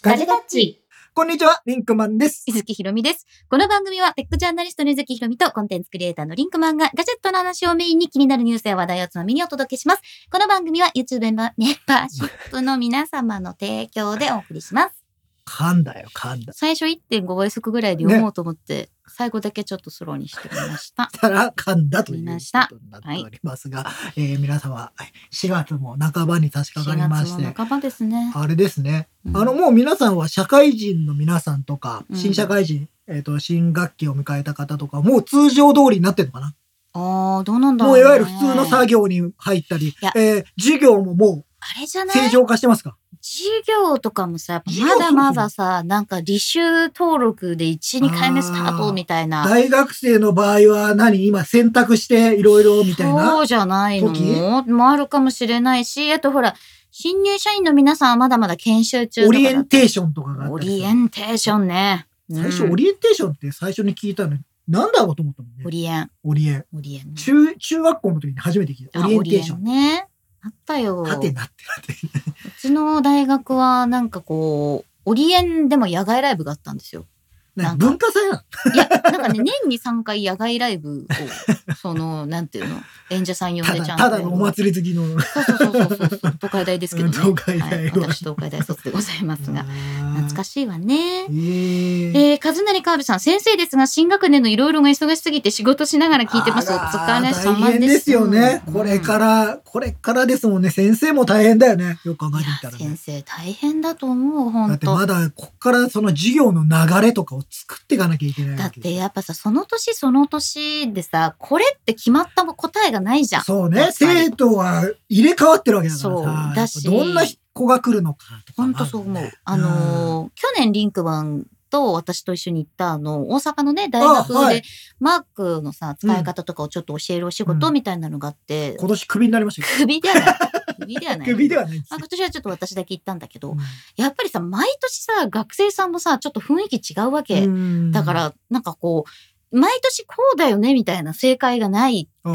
ガジェタッチ。 こんにちは、リンクマンです。 伊月ひろみです。この番組はテックジャーナリストの伊月ひろみとコンテンツクリエイターのリンクマンがガジェットの話をメインに気になるニュースや話題をつまみにお届けします。この番組は YouTube メンバーシップの皆様の提供でお送りします。 噛んだ。 最初 1.5 倍速ぐらいで読もうと思って、最後だけちょっとスローにしてみました。 たら噛んだということになっておりますが、皆様、4月も半ばに差し掛かりまして。 4月も半ばですね。 あれですね。もう皆さんは社会人の皆さんとか、新社会人、新学期を迎えた方とか、もう通常通りになってるのかな？ どうなんだろうね。 もういわゆる普通の作業に入ったり、授業ももう、 あれじゃない？ 正常化してますか？ 授業とかもさ、まだまださ、なんか履修登録で1、2回目スタートみたいな。 大学生の場合は今選択していろいろみたいな。 そうじゃないのもあるかもしれないし、あとほら、新入社員の皆さんはまだまだ研修中とか。 オリエンテーションとかがあったり。 オリエンテーションね。 最初、オリエンテーションって最初に聞いたのなんだろうと思ったもんね。 オリエン。 ね。中学校の時に初めて聞いた。オリエンテーション。 ね。あったよ。 はてなって。 うちの大学はなんかこう、オリエンでも野外ライブがあったんですよ。 文化祭なの？ いや、なんかね、年に3回野外ライブを、なんていうの、演者さん呼んでちゃんと。 ただのお祭り好きの。 そう。東海大ですけどね。 東海大。 私東海大卒でございますが。懐かしいわね。和成川辺さん、先生ですが、新学年のいろいろが忙しすぎて仕事しながら聞いてます。お疲れ様です。 大変ですよね。これからですもんね。先生も大変だよね。よく考えてみたらね。 先生大変だと思う、本当。 だってまだ、こっからその授業の流れとかを作っていかなきゃいけない。 だってやっぱさ、その年でさ、これって決まった答えがないじゃん。 そうね。生徒は入れ替わってるわけだからさ。 そうだし。 どんな子が来るのかとか。 本当そう思う。去年リンクマンと私と一緒に行った大阪のね、大学で、マークのさ、使い方とかをちょっと教えるお仕事みたいなのがあって。 今年クビになりましたよ。 クビではない。クビではない。 今年はちょっと私だけ行ったんだけど、やっぱりさ、毎年さ、学生さんもさ、ちょっと雰囲気違うわけ。だから、なんかこう、毎年こうだよねみたいな正解がないから、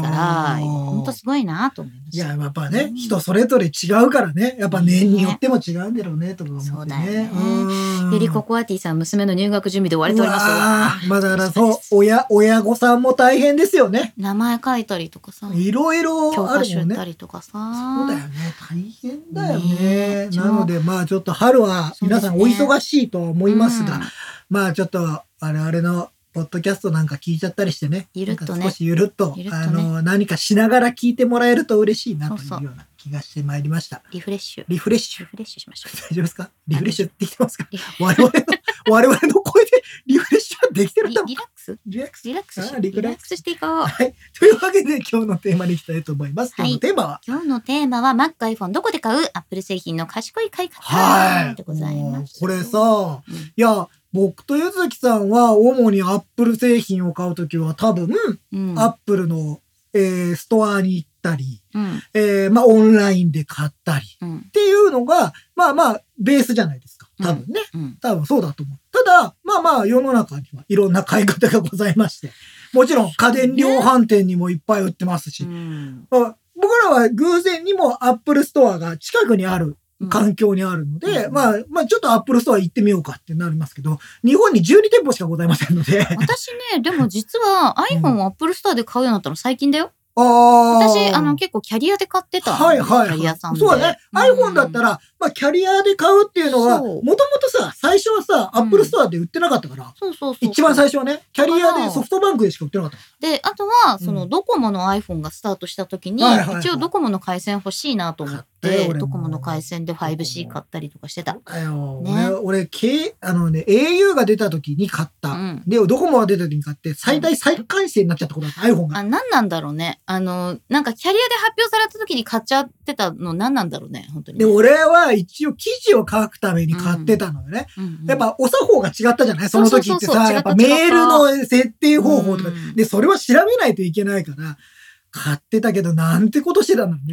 本当すごいなと思いました。 いや、やっぱね、人それぞれ違うからね。やっぱ年によっても違うんだろうね、とか思ってね。 そうだよね。よりココアティさん、娘の入学準備で終わりておりますよ。まだからそう、親御さんも大変ですよね。 名前書いたりとかさ。 いろいろ教科書ったりとかさ。 そうだよね。大変だよね。なので、まあちょっと春は皆さんお忙しいとは思いますが、まあちょっと我々のポッドキャストなんか聞いちゃったりしてね。 ゆるっとね。 少しゆるっと、何かしながら聞いてもらえると嬉しいなというような気がしてまいりました。 リフレッシュしましょう。 大丈夫ですか？リフレッシュできてますか？我々の声でリフレッシュはできてるんだ。 リラックスしていこう。 はい。というわけで今日のテーマにいきたいと思います。今日のテーマは Mac、iPhone どこで買う？ Apple 製品の賢い買い方でございます。 これさ、いや、僕とゆずきさんは主にアップル製品を買うときは多分、アップルの、ストアに行ったり、オンラインで買ったり、っていうのが、ベースじゃないですか。多分ね。多分そうだと思う。ただ、世の中にはいろんな買い方がございまして、もちろん家電量販店にもいっぱい売ってますし、僕らは偶然にもアップルストアが近くにある環境にあるので、ちょっとアップルストア行ってみようかってなりますけど、日本に12店舗しかございませんので。 私ね、でも実は iPhone をアップルストアで買うようになったの最近だよ。私、結構キャリアで買ってた。キャリアさんで。 そうだね。iPhone だったら、キャリアで買うっていうのは、もともとさ、最初はさ、アップルストアで売ってなかったから。一番最初はね、キャリアでソフトバンクでしか売ってなかった。 で、あとは、ドコモの iPhone がスタートした時に、一応ドコモの回線欲しいなと思って、ドコモの回線で 5C 買ったりとかしてた。 俺、au が出た時に買った。で、ドコモが出た時に買って、最大再回線になっちゃったことだった、iPhone が。 何なんだろうね。なんかキャリアで発表された時に買っちゃってたの何なんだろうね、本当に。 で、俺は一応記事を書くために買ってたのよね。やっぱ、お作法が違ったじゃない？その時ってさ、やっぱメールの設定方法とか。で、それは調べないといけないから、買ってたけど、なんてことしてたんだろうね。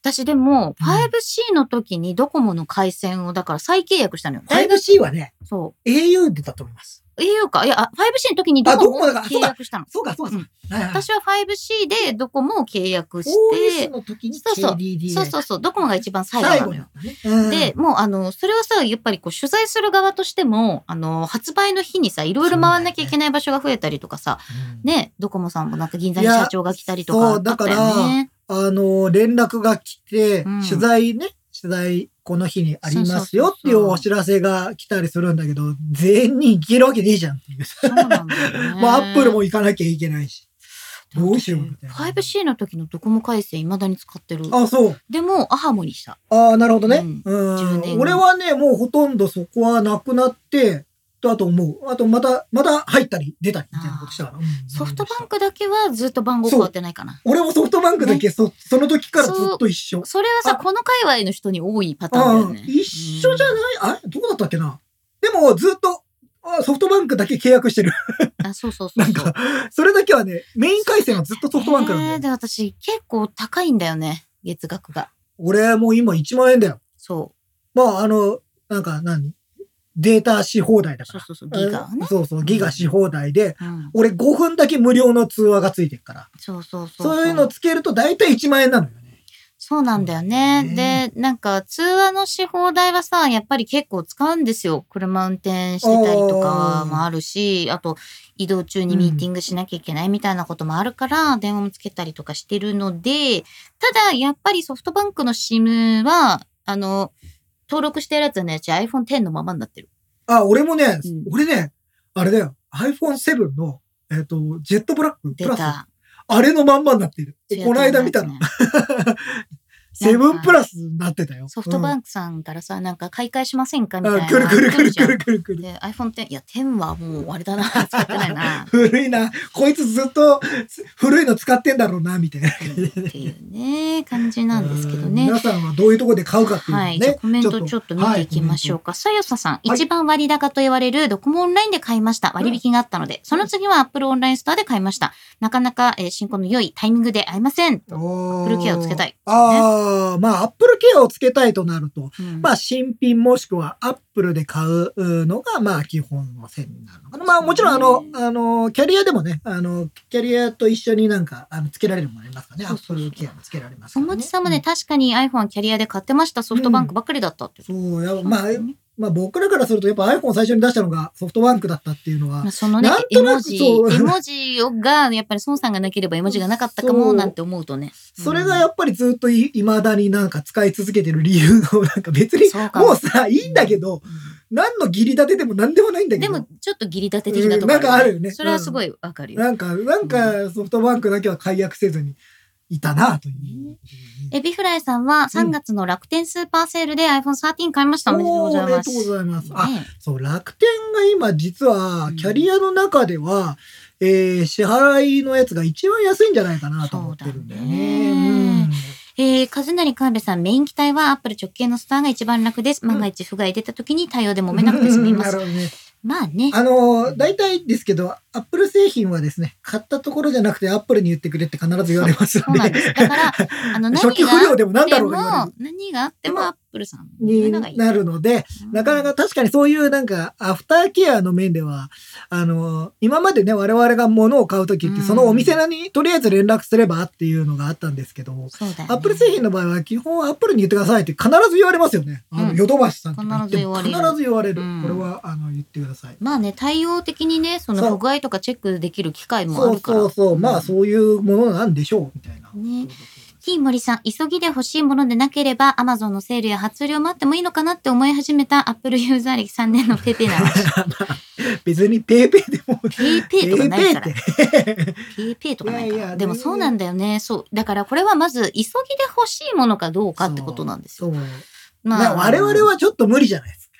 私でも 5C の時にドコモの回線をだから再契約したのよ。 5C はね、 そう。 au でだと思います。 au か。いや、5C の時にドコモを契約したの。 そうか。 私は 5C でドコモを契約して、 OS の時に KDDI。 そう、ドコモが一番最後なのよ。で、もうそれはさ、やっぱりこう取材する側としても、発売の日にさ、いろいろ回んなきゃいけない場所が増えたりとかさ、ね、ドコモさんもなんか銀座に社長が来たりとかあったよね。そう、だから、連絡が来て、取材この日にありますよっていうお知らせが来たりするんだけど、全員行けるわけねえじゃんっていう。 そうなんだよね。 もうアップルも行かなきゃいけないし。どうしようみたいな。 5C の時のドコモ回線未だに使ってる。 あ、そう。 でも、アハモにした。 ああ、なるほどね。俺はね、もうほとんどそこはなくなって、あと思う。あとまた入ったり出たりみたいなことしたから。 ソフトバンクだけはずっと番号変わってないかな。 俺もソフトバンクだけその時からずっと一緒。 それはさ、この界隈の人に多いパターンだよね。 一緒じゃないどうだったっけな。でもずっとソフトバンクだけ契約してる。 そう。 なんか、それだけはね、メイン回線はずっとソフトバンクなんだよ。 で、私結構高いんだよね、月額が。 俺もう今1万円だよ。 そう。 まあ、なんかデータし放題だから。 そう、ギガね。 そう、ギガし放題で、俺5分だけ無料の通話がついてるから。 そう。 そういうのつけると大体1万円なのよね。 そうなんだよね。で、なんか通話のし放題はさ、やっぱり結構使うんですよ。車運転してたりとかもあるし、あと移動中にミーティングしなきゃいけないみたいなこともあるから、電話もつけたりとかしてるので、ただやっぱりソフトバンクの SIM は、登録してるやつはね、iPhone X のままになってる。 俺もね、俺ね、あれだよ。iPhone 7の、ジェットブラックプラス。あれのまんまになってる。この間見たの。7プラスになってたよ。 ソフトバンクさんからさ、なんか買い替えしませんかみたいな。 くる。 で、iPhone X、いや、10はもうあれだな、使ってないな。 古いな。こいつずっと古いの使ってんだろうな、みたいな。っていうね、感じなんですけどね。 皆さんはどういうところで買うかっていうのね。 はい。じゃあコメントちょっと見ていきましょうか。さよささん、一番割高と言われるドコモオンラインで買いました。割引があったので。その次は Apple オンラインストアで買いました。なかなか進行の良いタイミングで会えません。Appleケアをつけたい。 まあ、Appleケアをつけたいとなると、まあ、新品もしくは Appleで買うのが、まあ、基本の線になるのかな。まあ、もちろん、キャリアでもね、キャリアと一緒になんか、つけられるものありますからね。Appleケアもつけられますからね。 おもちさんもね、確かに iPhone はキャリアで買ってました。ソフトバンクばっかりだったって。 まあ僕らからするとやっぱ iPhone 最初に出したのがソフトバンクだったっていうのは。 そのね、絵文字が、やっぱり孫さんがなければ絵文字がなかったかもなんて思うとね。 それがやっぱりずっと未だになんか使い続けてる理由の、なんか別にもうさ、いいんだけど、何の義理立てでも何でもないんだけど。 でもちょっと義理立て的なところ、 なんかあるよね。 それはすごいわかるよ。 なんかソフトバンクだけは解約せずにいたなという。 エビフライさんは3月の楽天スーパーセールで iPhone 13買いました。おめでとうございます。 おめでとうございます。そう、楽天が今実はキャリアの中では、支払いのやつが一番安いんじゃないかなと思ってるんだよね。 カズナリカーベさん、メイン機体はアップル直系のストアが一番楽です。万が一不具合出た時に対応で揉めなくて済みます。なるほどね。まあね。 大体ですけど、アップル製品はですね、買ったところじゃなくてアップルに言ってくれって必ず言われますので。 そうなんです。だから、 初期不良でも何だろうが何があってもアップルさんになるので、なかなか確かにそういうなんか、アフターケアの面では、今までね、我々が物を買うときって、そのお店にとりあえず連絡すればっていうのがあったんですけど、アップル製品の場合は基本アップルに言ってくださいって必ず言われますよね。ヨドバシさんとか必ず言われる。これは、言ってください。 まあね、対応的にね、その不具合とかチェックできる機会もあるから。 そう。まあ、そういうものなんでしょう、みたいな。 ね。キーモリさん、急ぎで欲しいものでなければ、Amazon のセールや初売りを待ってもいいのかなって思い始めた Apple ユーザー歴3年のペペな話。 別にペーペーでも。 ペーペーとかないから。ペーペーとかないから。でもそうなんだよね。そう。だからこれはまず、急ぎで欲しいものかどうかってことなんですよ。 まあ、我々はちょっと無理じゃないですか。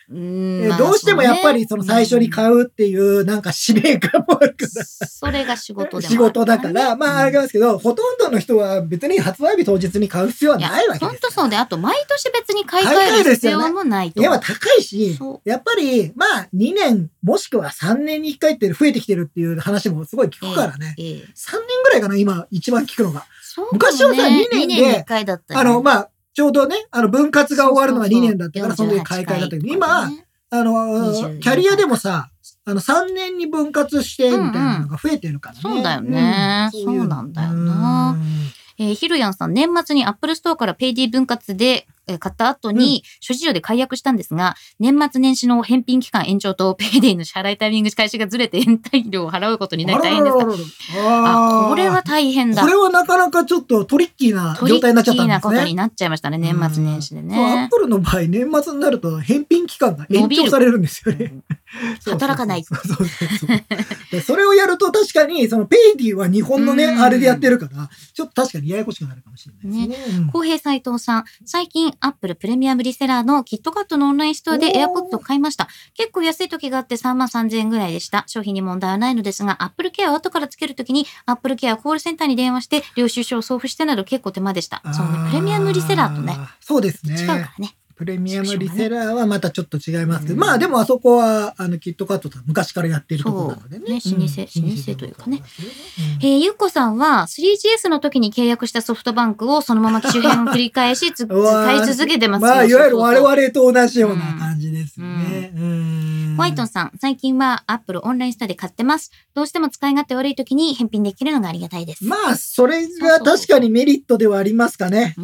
どうしてもやっぱりその最初に買うっていうなんか使命感もあるから。 それが仕事でもあるからね。 仕事だから、まああれですけど、ほとんどの人は別に発売日当日に買う必要はないわけです。 本当そうで、あと毎年別に買い替える必要もないと。 いや、高いし、やっぱり、まあ2年もしくは3年に1回って増えてきてるっていう話もすごい聞くからね。3年ぐらいかな、今一番聞くのが。昔はさ、2年で、まあ、ちょうどね、分割が終わるのが2年だったから、その時買い替えだったけど、今、キャリアでもさ、3年に分割して、みたいなのが増えてるからね。 そうだよね。そうなんだよな。ひろやんさん、年末に Apple Store からペイディ分割で買った後に諸事情で解約したんですが、年末年始の返品期間延長とペイディの支払いタイミング開始がずれて延滞料を払うことになり大変ですか？これは大変だ。 これはなかなかちょっとトリッキーな状態になっちゃったんですね。トリッキーなことになっちゃいましたね、年末年始でね。 Apple の場合、年末になると返品期間が延長されるんですよね。 働かない。 それをやると確かに、そのペイディは日本のね、あれでやってるから、ちょっと確かにややこしくなるかもしれないですね。 公平斉藤さん、最近アップルプレミアムリセラーのキットカットのオンラインストアで AirPods を買いました。結構安い時があって33,000円ぐらいでした。商品に問題はないのですが、Apple Care を後からつけるときに Apple Care コールセンターに電話して領収書を送付してなど結構手間でした。そうね、プレミアムリセラーとね。 そうですね。 違うからね。 プレミアムリセラーはまたちょっと違いますけど、まあでもあそこはキットカットと昔からやっているところなのでね。 老舗というかね。ゆっこさんは 3GS の時に契約したソフトバンクをそのまま機種変を繰り返し使い続けてますよ。 まあいわゆる我々と同じような感じですね。 ホワイトンさん、最近は Apple オンラインストアで買ってます。どうしても使い勝手悪い時に返品できるのがありがたいです。 まあそれが確かにメリットではありますかね。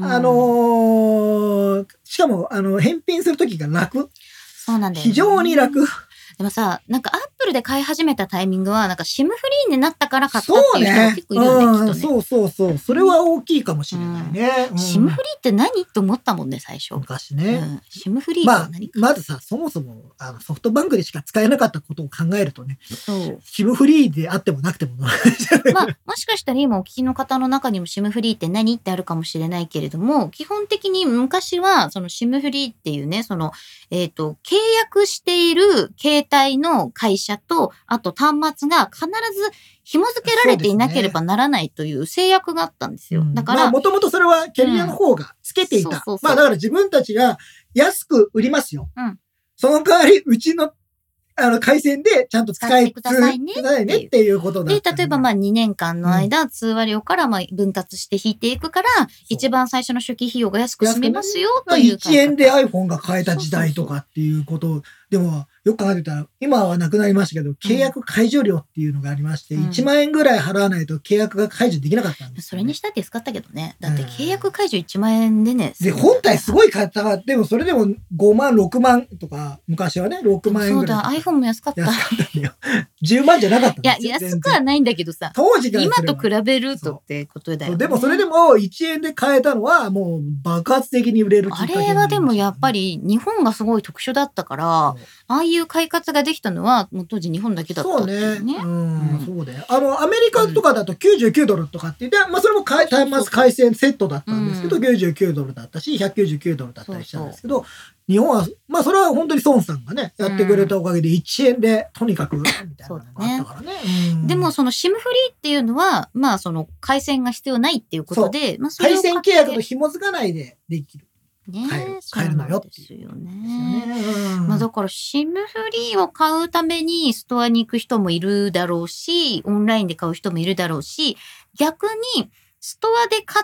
しかも返品するときが楽。 そうなんだよ、 非常に楽。 でもさ、なんかアップルで買い始めたタイミングは、なんか SIM フリーになったから買ったっていう人が結構いるよね、きっとね。 そう。それは大きいかもしれないね。 SIM フリーって何と思ったもんね、最初。 昔ね。 SIM フリーって何か。 まずさ、そもそもソフトバンクでしか使えなかったことを考えるとね、SIM フリーであってもなくてもまあ、もしかしたら今お聞きの方の中にも SIM フリーって何ってあるかもしれないけれども、基本的に昔はその SIM フリーっていうね、その、契約している携帯の会社と、あと端末が必ず紐付けられていなければならないという制約があったんですよ。だから。 まあ、もともとそれはキャリアの方がつけていた。まあ、だから自分たちが安く売りますよ。その代わり、うちの回線でちゃんと使ってくださいねっていうことだ。 で、例えばまあ2年間の間、通話料からまあ分割して引いていくから、一番最初の初期費用が安く済みますよという。 1円で iPhone が買えた時代とかっていうこと。でも、よく考えてたら、今はなくなりましたけど、契約解除料っていうのがありまして、1万円ぐらい払わないと契約が解除できなかったんです。 それにしたって安かったけどね。だって契約解除1万円でね。 で、本体すごい高かった。でもそれでも5万、6万とか、昔はね、6万円ぐらい。 そうだ、iPhone も安かった。 10万じゃなかったんですよ。いや、安くはないんだけどさ。 当時から今と比べるとってことだよね。 でもそれでも1円で買えたのはもう爆発的に売れるきっかけになりました。 あれはでもやっぱり日本がすごい特殊だったから、ああいう快活ができたのはもう当時日本だけだったっていうね。 そうね。アメリカとかだと99ドルとかって言って、まあそれも端末回線セットだったんですけど、99ドルだったし、199ドルだったりしたんですけど、日本は、まあそれは本当に孫さんがね、やってくれたおかげで1円でとにかく、みたいなのがあったからね。 でもその SIM フリーっていうのは、まあその回線が必要ないっていうことで、まあ回線契約と紐づかないでできる。 買えるのよっていうよね。まあだから SIM フリーを買うためにストアに行く人もいるだろうし、オンラインで買う人もいるだろうし、逆にストアで買って、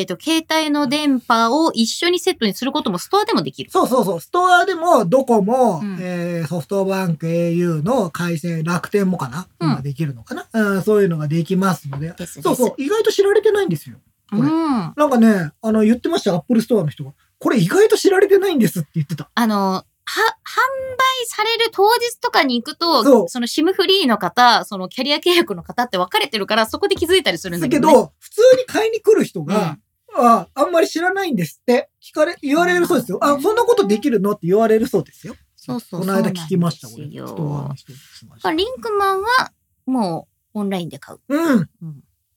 携帯の電波を一緒にセットにすることもストアでもできる。 そう。ストアでもドコモ、ソフトバンク au の回線、楽天もかな、今できるのかな、そういうのができますので。そう。意外と知られてないんですよ。なんかね、言ってました、アップルストアの人が。これ意外と知られてないんですって言ってた。 販売される当日とかに行くと、その SIM フリーの方、そのキャリア契約の方って分かれてるから、そこで気づいたりするんだけど、ね。 だけど、普通に買いに来る人が、あんまり知らないんですって言われるそうですよ。そんなことできるのって言われるそうですよ。そう。この間聞きました、俺。リンクマンは、もう、オンラインで買う。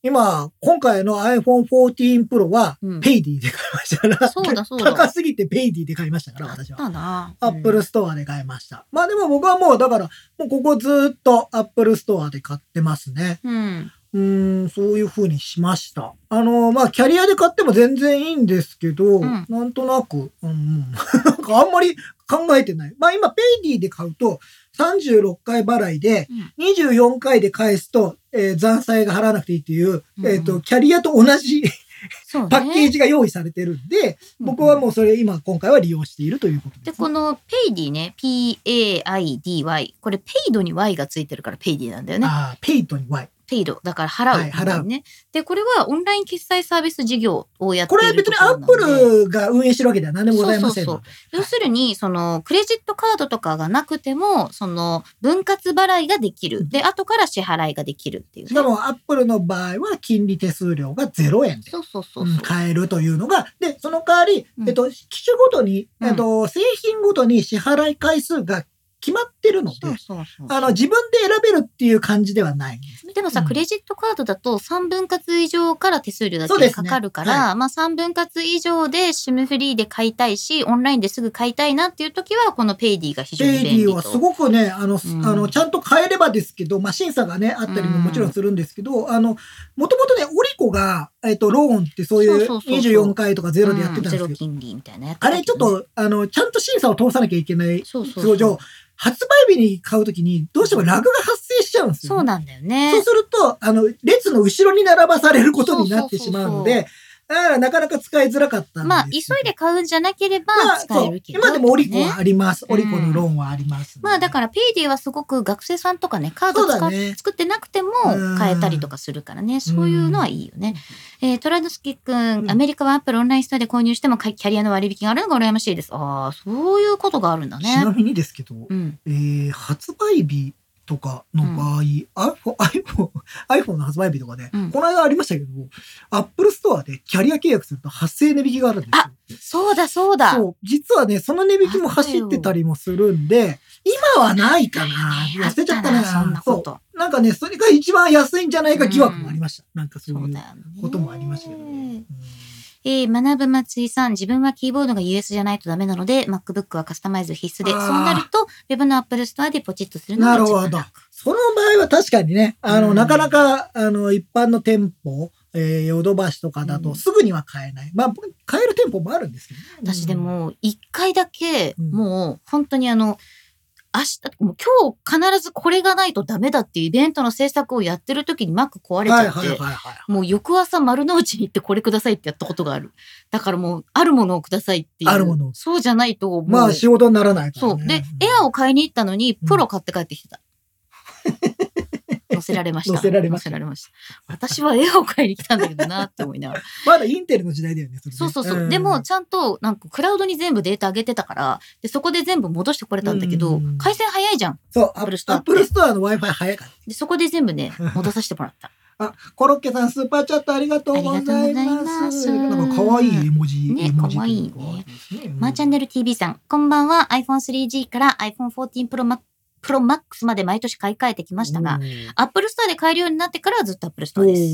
今回の iPhone 14 Pro は、ペイディで買いましたから。 そうだ。 高すぎてペイディで買いましたから、私は。Apple Store で買いました。まあでも僕はもう、だから、もうここずっと Apple Store で買ってますね。そういう風にしました。まあ、キャリアで買っても全然いいんですけど、なんとなく、なんかあんまり考えてない。まあ今、ペイディで買うと、36回払いで、24回で返すと、残債が払わなくていいっていう、キャリアと同じパッケージが用意されてるんで、僕はもうそれ今回は利用しているということです、ね。 で、このペイディね、P-A-I-D-Y。これペイドに Y がついてるからペイディなんだよね。 ペイドに Y。 ペイド。だから払う、ね。 払う。 で、これはオンライン決済サービス事業をやっている。 これは別にアップルが運営してるわけでは何でもございませんので。 要するに、クレジットカードとかがなくても、分割払いができる。で、後から支払いができるっていう、ね。 しかも、アップルの場合は、金利手数料が0円で。買えるというのが、で、その代わり、機種ごとに、製品ごとに支払い回数が決まってるので、自分で選べるっていう感じではないんです。 でもさ、クレジットカードだと3分割以上から手数料だけかかるから、まあ3分割以上で SIM フリーで買いたいし、オンラインですぐ買いたいなっていう時は、このペイディが非常に便利と。 ペイディはすごくね、ちゃんと買えればですけど、まあ審査がね、あったりももちろんするんですけど、もともとね、オリコが、ローンってそういう24回とかゼロでやってたんですけど、 ゼロ金利みたいなやつ、 あれちょっと、ちゃんと審査を通さなきゃいけない通常、発売日に買うときにどうしてもラグが発生しちゃうんですよ、 そうなんだよね。 そうすると、列の後ろに並ばされることになってしまうので、なかなか使いづらかったんです。 まあ、急いで買うんじゃなければ使えるけど、 今でもオリコはあります。オリコのローンはあります、 まあ、だからペイディはすごく学生さんとかね、カード作ってなくても買えたりとかするからね、そういうのはいいよね。トラドスキ君、アメリカはアップルオンラインストアで購入してもキャリアの割引があるのが羨ましいです。ああ、そういうことがあるんだね。 ちなみにですけど、発売日とかの場合、iPhone の発売日とかで、この間ありましたけど、Apple Store でキャリア契約すると発生値引きがあるんですよ。 あ、そうだ。そう、 実はね、その値引きも走ってたりもするんで、今はないかな。忘れちゃったな。 そんなこと。 なんかね、それが一番安いんじゃないか疑惑もありました。なんかそういうこともありましたけどね。 学ぶ松井さん、自分はキーボードが US じゃないとダメなので、MacBook はカスタマイズ必須で、そうなると、Web の Apple Store でポチッとするのが一番楽。 なるほど。その場合は確かにね、なかなか、一般の店舗、ヨドバシとかだとすぐには買えない。まあ、買える店舗もあるんですけどね。 私でも、一回だけ、もう、本当に明日、もう今日必ずこれがないとダメだっていうイベントの制作をやってる時に Mac 壊れちゃって、もう翌朝丸の内に行ってこれくださいってやったことがある。だからもう、あるものをくださいっていう。 あるもの。 そうじゃないと。 まあ仕事にならないからね。そう。で、エアを買いに行ったのに、プロ買って帰ってきてた。乗せられました。私はエアを買いに来たんだけどなって思いながら。 まだインテルの時代だよね、それね。 そう。でも、ちゃんと、なんか、クラウドに全部データ上げてたから、で、そこで全部戻してこれたんだけど、回線早いじゃん。 そう、アップルストアの Wi-Fi 早いから。 で、そこで全部ね、戻させてもらった。 コロッケさん、スーパーチャットありがとうございます。なんか可愛い絵文字。 ね、可愛いね。マーチャンネル TV さん、こんばんは。iPhone 3G から iPhone 14 Pro Max まで毎年買い替えてきましたが、Apple Store で買えるようになってからはずっと Apple Store です。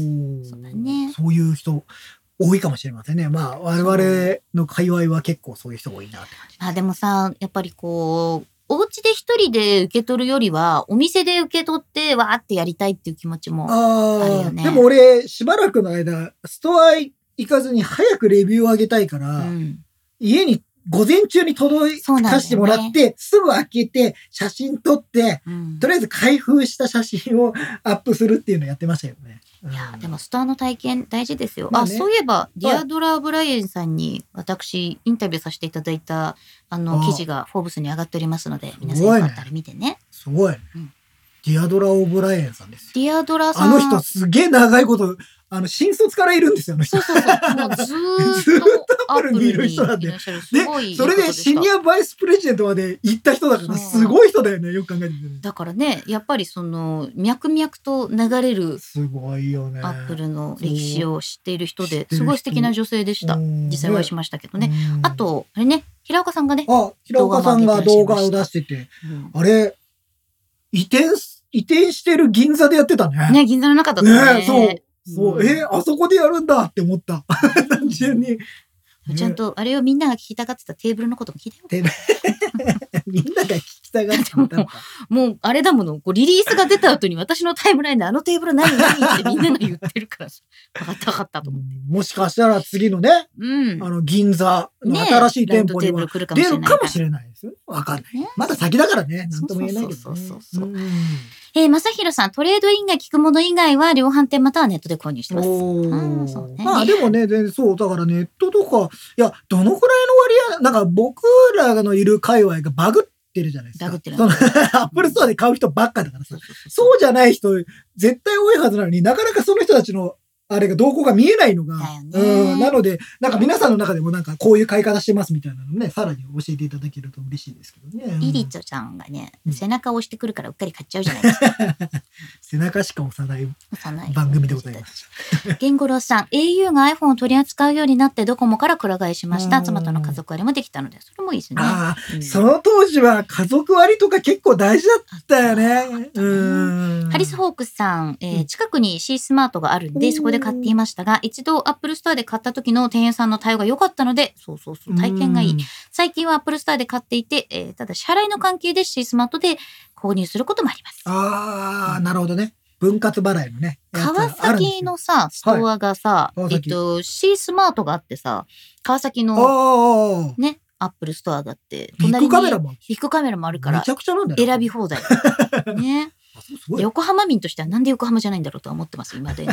そうだね。 そういう人多いかもしれませんね。まあ、我々の界隈は結構そういう人多いなって感じ。 でもさ、やっぱりこう、お家で一人で受け取るよりは、お店で受け取ってわーってやりたいっていう気持ちもあるよね。 でも俺、しばらくの間、ストア行かずに早くレビューを上げたいから、家に午前中に届かしてもらって、すぐ開けて、写真撮って、とりあえず開封した写真をアップするっていうのをやってましたよね。 いや、でもストアの体験大事ですよ。そういえば、ディアドラ・ブライエンさんに私、インタビューさせていただいた、記事がフォーブスに上がっておりますので、皆さんよかったら見てね。 すごい。ディアドラ・オブライエンさんです。 ディアドラさん。 あの人すげえ長いこと、新卒からいるんですよ、 そう。もうずーっとアップルにいる人なんで。で、 それでシニアバイスプレジデントまで行った人だから、すごい人だよね、よく考えてみて。 だからね、やっぱり脈々と流れる、 すごいよね。 アップルの歴史を知っている人で、すごい素敵な女性でした。実際お会いしましたけどね。あと、あれね、平岡さんがね。 平岡さんが動画を出してて、あれ、移転してる銀座でやってたね。 ね、銀座の中だったね。 そう。 そう、あそこでやるんだって思った。単純に。 ちゃんと、あれをみんなが聞きたがってたテーブルのことも聞いたよ。 みんなが聞きたがってたのか。 もう、あれだもの、リリースが出た後に私のタイムラインであのテーブル何ってみんなが言ってるから、分かったと思って。 もしかしたら次のね、銀座の新しい店舗には出るかもしれないですよ。わかんない。まだ先だからね、なんとも言えないけどね。 まさひろさん、トレード以外聞くもの以外は量販店またはネットで購入してます。 まあでもね、全然そう、だからネットとか、いや、どのくらいの割合、なんか僕らのいる界隈がバグってるじゃないですか。バグってる。アップルストアで買う人ばっかだからさ。そうじゃない人、絶対多いはずなのになかなかその人たちの、あれが動向が見えないのが、なので、なんか皆さんの中でもなんかこういう買い方してますみたいなのね、さらに教えていただけると嬉しいですけどね。 イリッチョちゃんがね、背中を押してくるからうっかり買っちゃうじゃないですか。 背中しか押さない番組でございます。 ゲンゴロウさん、au が iPhone を取り扱うようになってドコモからくら替えしました。妻との家族割もできたので、それもいいですね。 その当時は家族割とか結構大事だったよね。 ハリス・ホークスさん、近くに C スマートがあるんで、そこで買っていましたが、一度 Apple Store で買った時の店員さんの対応が良かったので、体験がいい。最近は Apple Store で買っていて、ただ支払いの関係で C スマートで購入することもあります。 なるほどね。分割払いのね。 川崎のさ、ストアがさ、C スマートがあってさ、川崎のね、アップルストアがあって、 ビッグカメラもあるから、 めちゃくちゃなんだよ。 選び放題。ね。横浜民としてはなんで横浜じゃないんだろうとは思ってます、今でに。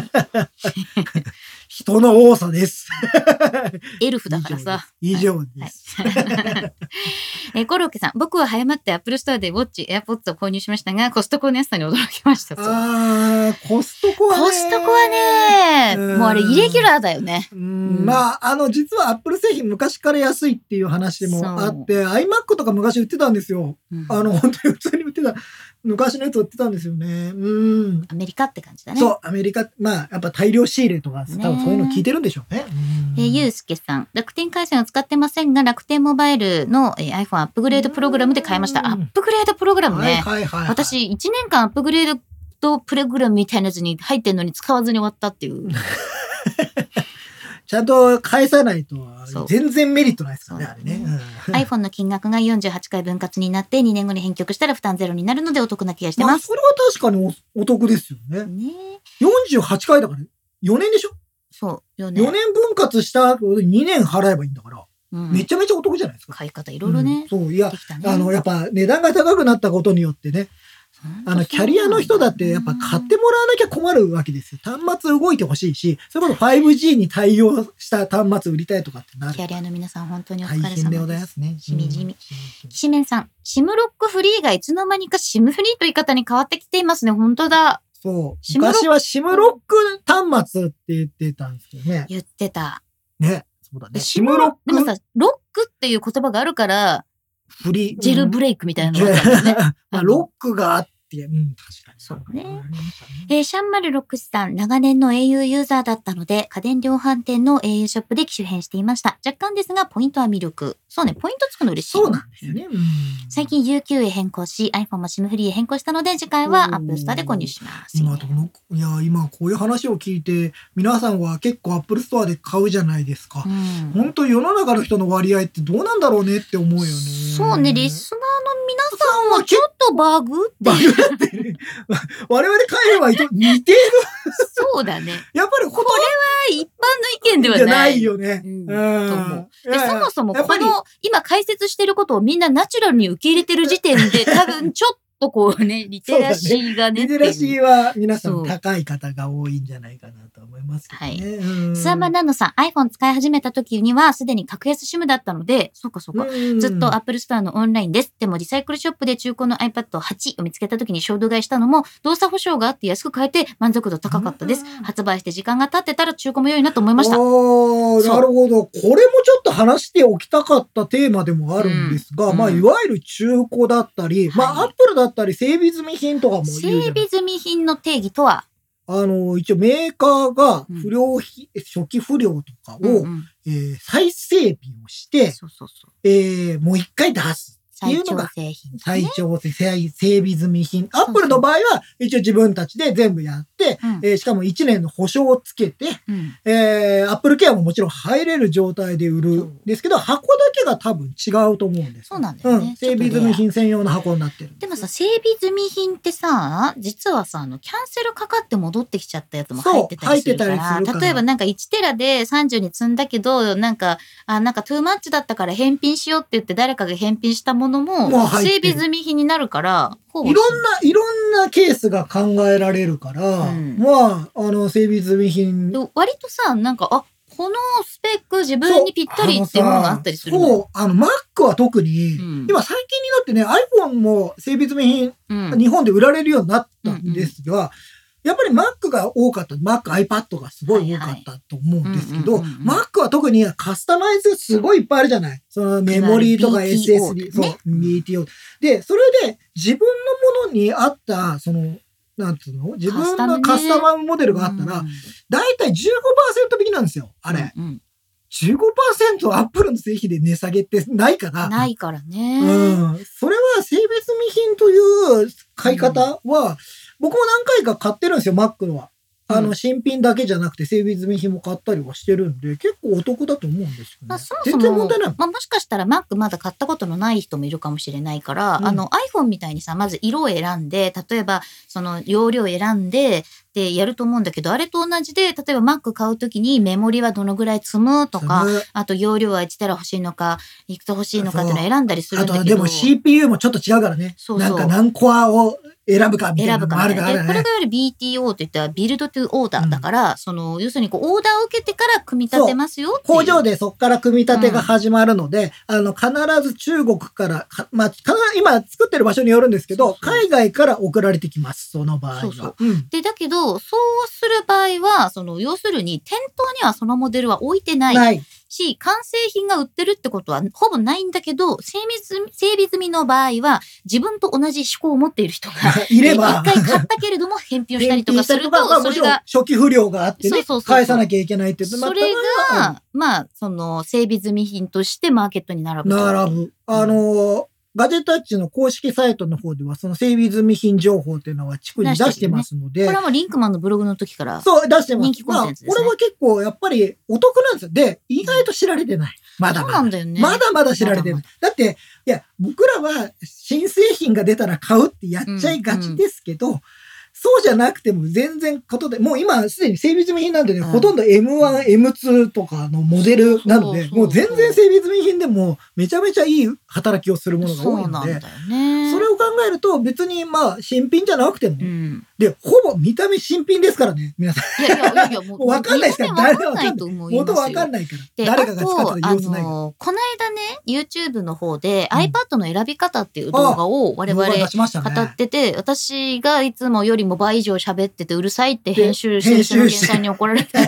人の多さです。 エルフだからさ。 以上です。 コロッケさん、僕は早まってアップルストアでウォッチ、エアポッツを購入しましたが、コストコの安さに驚きました。 コストコはね。もうあれイレギュラーだよね。 まあ、実はアップル製品昔から安いっていう話もあって、iMac とか昔売ってたんですよ。本当に普通に売ってた。昔のやつ売ってたんですよね。 アメリカって感じだね。 そう、アメリカ、まあ、やっぱ大量仕入れとか、多分そういうの聞いてるんでしょうね。 ゆうすけさん、楽天回線を使ってませんが、楽天モバイルの iPhone アップグレードプログラムで買いました。アップグレードプログラムね。私、1年間アップグレードプログラムみたいなやつに入ってんのに使わずに終わったっていう。 ちゃんと返さないと全然メリットないですからね、あれね。 iPhone の金額が48回分割になって2年後に返却したら負担ゼロになるのでお得な気がしてます。 それは確かにお得ですよね。48回だから4年でしょ？ そう、4 年分割した後で2年払えばいいんだから、めちゃめちゃお得じゃないですか。 買い方いろいろね。 そう、いや、やっぱ値段が高くなったことによってね、キャリアの人だってやっぱ買ってもらわなきゃ困るわけですよ。端末動いてほしいし、それこそ 5G に対応した端末売りたいとかってなる。 キャリアの皆さん本当にお疲れ様です。 大変でございますね。 しみじみ。きしめんさん、シムロックフリーがいつの間にかシムフリーという言い方に変わってきていますね。本当だ。 そう。昔はシムロック端末って言ってたんですけどね。 言ってた。 ね。そうだね。シムロック。 でもさ、ロックっていう言葉があるから、 フリー。 ジェルブレイクみたいなのがあったんだよね。 ロックがあって、確かに。 そうね。シャンマルロックスさん、長年の au ユーザーだったので、家電量販店の au ショップで機種変していました。若干ですが、ポイントは魅力。そうね、ポイントつくの嬉しい。 そうなんですよね。 最近 UQ へ変更し、iPhone も SIM フリーへ変更したので、次回は Apple Store で購入します。 今こういう話を聞いて、皆さんは結構 Apple Store で買うじゃないですか。本当世の中の人の割合ってどうなんだろうねって思うよね。 そうね、リスナーの皆さんはちょっとバグって我々買えば似てる。 そうだね。 やっぱりこれは一般の意見ではない。 じゃないよね。 で、そもそもこの今解説してることをみんなナチュラルに受け入れてる時点で多分ちょっとこうね、リテラシーがね。 リテラシーは皆さん高い方が多いんじゃないかなと思いますけどね。 はい。スアマナノさん、iPhone 使い始めた時にはすでに格安 SIM だったので、そうか。ずっと Apple Store のオンラインです。でもリサイクルショップで中古の iPad8 を見つけた時に衝動買いしたのも動作保証があって安く買えて満足度高かったです。発売して時間が経ってたら中古も良いなと思いました。 なるほど。これもちょっと話しておきたかったテーマでもあるんですが、いわゆる中古だったり、Apple だったり整備済み品とかも言うじゃない。 整備済み品の定義とは一応メーカーが初期不良とかを、再整備をして、もう一回出す。 っていうのが、 製品、ね、 再調整、整備済み品。アップルの場合は、一応自分たちで全部やって、しかも1年の保証をつけて、アップルケアももちろん入れる状態で売るんですけど、箱だけが多分違うと思うんです。 そうなんだよね。 整備済み品専用の箱になってる。 でもさ、整備済み品ってさ、実はさ、キャンセルかかって戻ってきちゃったやつも入ってたりするから、例えばなんか1テラで30に積んだけど、なんかトゥーマッチだったから返品しようって言って誰かが返品したものも整備済み品になるから、 いろんなケースが考えられるから、まあ、整備済み品。 割とさ、なんか、このスペック自分にぴったりっていうものがあったりするの。 そう、Mac は特に、今最近になってね、iPhone も整備済み品、日本で売られるようになったんですが、やっぱり Mac が多かった。Mac、iPad がすごい多かったと思うんですけど、Mac は特にカスタマイズがすごいいっぱいあるじゃない。そのメモリーとか SSD、そう、BTO。で、それで自分のものに合った、なんつうの自分のカスタマイズモデルがあったら、だいたい 15% 引きなんですよ、あれ。15% アップルの製品で値下げってないから。 ないからね。 それは性別未品という買い方は、僕も何回か買ってるんですよ、Mac のは。新品だけじゃなくて、整備済み品も買ったりはしてるんで、結構お得だと思うんですよね。 そもそも全然問題ない。もしかしたら Mac まだ買ったことのない人もいるかもしれないから、iPhone みたいにさ、まず色を選んで、例えば、容量を選んで、で、やると思うんだけど、あれと同じで、例えば Mac 買うときにメモリはどのぐらい積むとか、あと容量は1テラ欲しいのか、いくつ欲しいのかっていうのを選んだりするんだけど。 あとでも CPU もちょっと違うからね。なんか何コアを選ぶかみたいなのもあるからね。 これがいわゆる BTO って言ったらビルドトゥオーダーだから、要するにオーダーを受けてから組み立てますよっていう。 工場でそこから組み立てが始まるので、必ず中国から、今作ってる場所によるんですけど、海外から送られてきます、その場合は。 で、だけど、そうする場合は、要するに店頭にはそのモデルは置いてないし、完成品が売ってるってことはほぼないんだけど、整備済みの場合は、自分と同じ思考を持っている人がいれば、 一回買ったけれども返品をしたりとかすると、 それが初期不良があってね、返さなきゃいけないって言って、 それが、整備済み品としてマーケットに並ぶ。 ガジェタッチの公式サイトの方では、その整備済み品情報っていうのは地区に出してますので。 これはもうリンクマンのブログの時から。 そう、出してます。 人気コンテンツですね。 これは結構やっぱりお得なんですよ。で、意外と知られてない。まだまだ。 そうなんだよね。 まだまだ知られてない。だって、いや、僕らは新製品が出たら買うってやっちゃいがちですけど、そうじゃなくても全然もう今すでに整備済み品なんでね、ほとんど M1、M2 とかのモデルなので、もう全然整備済み品でもめちゃめちゃいい働きをするものが多いので、それを考えると別に新品じゃなくても、で、ほぼ見た目新品ですからね、皆さん。いや、もうわかんないですから、誰がわかんないと思いますよ。元わかんないから。誰かが使ったら様子ないから。 この間ね、YouTube の方で iPad の選び方っていう動画を我々語ってて、私がいつもよりも倍以上喋っててうるさいって編集してる人の原さんに怒られて。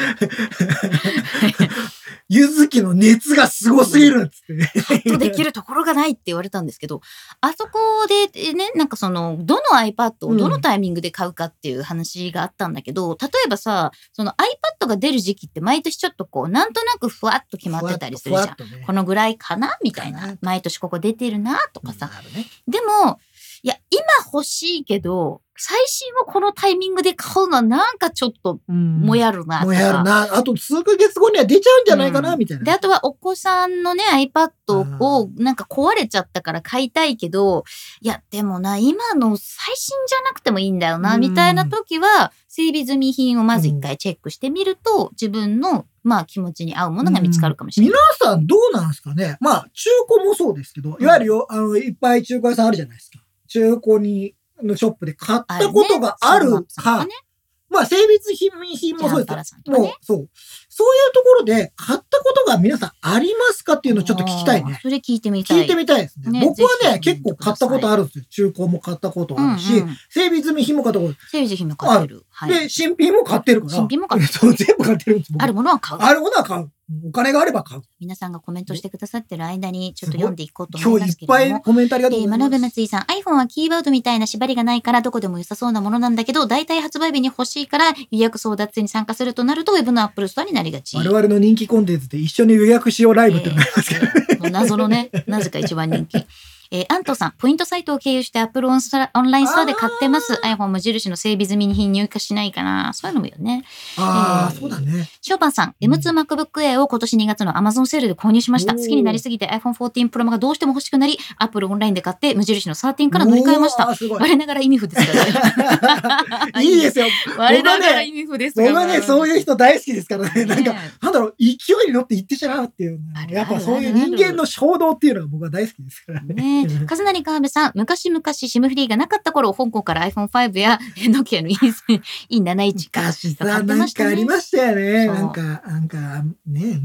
ゆずきの熱がすごすぎるっつってね。 パッとできるところがないって言われたんですけど、あそこでね、なんかどの iPad をどのタイミングで買うかっていう話があったんだけど、例えばさ、iPad が出る時期って毎年ちょっとなんとなくふわっと決まってたりするじゃん。このぐらいかなみたいな。毎年ここ出てるなとかさ。でも、いや、今欲しいけど、最新をこのタイミングで買うのはなんかちょっともやるなとか。 もやるな。あと数ヶ月後には出ちゃうんじゃないかな、みたいな。 で、あとはお子さんのね、iPad をなんか壊れちゃったから買いたいけど、いや、でもな、今の最新じゃなくてもいいんだよな、みたいな時は、整備済み品をまず一回チェックしてみると、自分の気持ちに合うものが見つかるかもしれない。 皆さんどうなんですかね。中古もそうですけど、いわゆるいっぱい中古屋さんあるじゃないですか。中古のショップで買ったことがあるか、整備品もそうですよ。もう、そういうところで買ったことが皆さんありますかっていうのをちょっと聞きたいね。 それ聞いてみたい。 聞いてみたいですね。僕はね、結構買ったことあるんですよ。中古も買ったことあるし、整備済み品も買ったことある。 整備済みも買ってる。 で、新品も買ってるから。 新品も買ってる。全部買ってるんです。 あるものは買う。 あるものは買う。お金があれば買う。 皆さんがコメントしてくださってる間にちょっと読んでいこうと思いますけれども。 今日いっぱいコメントありがとうございます。 学ぶ松井さん、iPhone はキーワードみたいな縛りがないからどこでも良さそうなものなんだけど、大体発売日に欲しいから予約争奪戦に参加するとなると Web の Apple Store になりがち。 我々の人気コンテンツで一緒に予約しようライブってなりますけどね。 もう謎のね、なぜか一番人気。 アントさん、ポイントサイトを経由して Apple オンラインストアで買ってます。iPhone 無印の整備済みに品入荷しないかな。そういうのもいいよね。 そうだね。 ショーパンさん、M2 MacBook Air を今年2月の Amazon セールで購入しました。好きになりすぎて iPhone 14 Pro がどうしても欲しくなり、Apple オンラインで買って無印の13から乗り換えました。我ながら意味不ですからね。 いいですよ。 我ながら意味不ですからね。 僕はね、そういう人大好きですからね。なんだろう、勢いに乗って言ってしまうっていう。やっぱそういう人間の衝動っていうのが僕は大好きですからね。 かずなりかわべさん、昔々シムフリーがなかった頃、香港から iPhone5 やノキアの E71 か。 昔さ、なんかありましたよね。なんか、ね、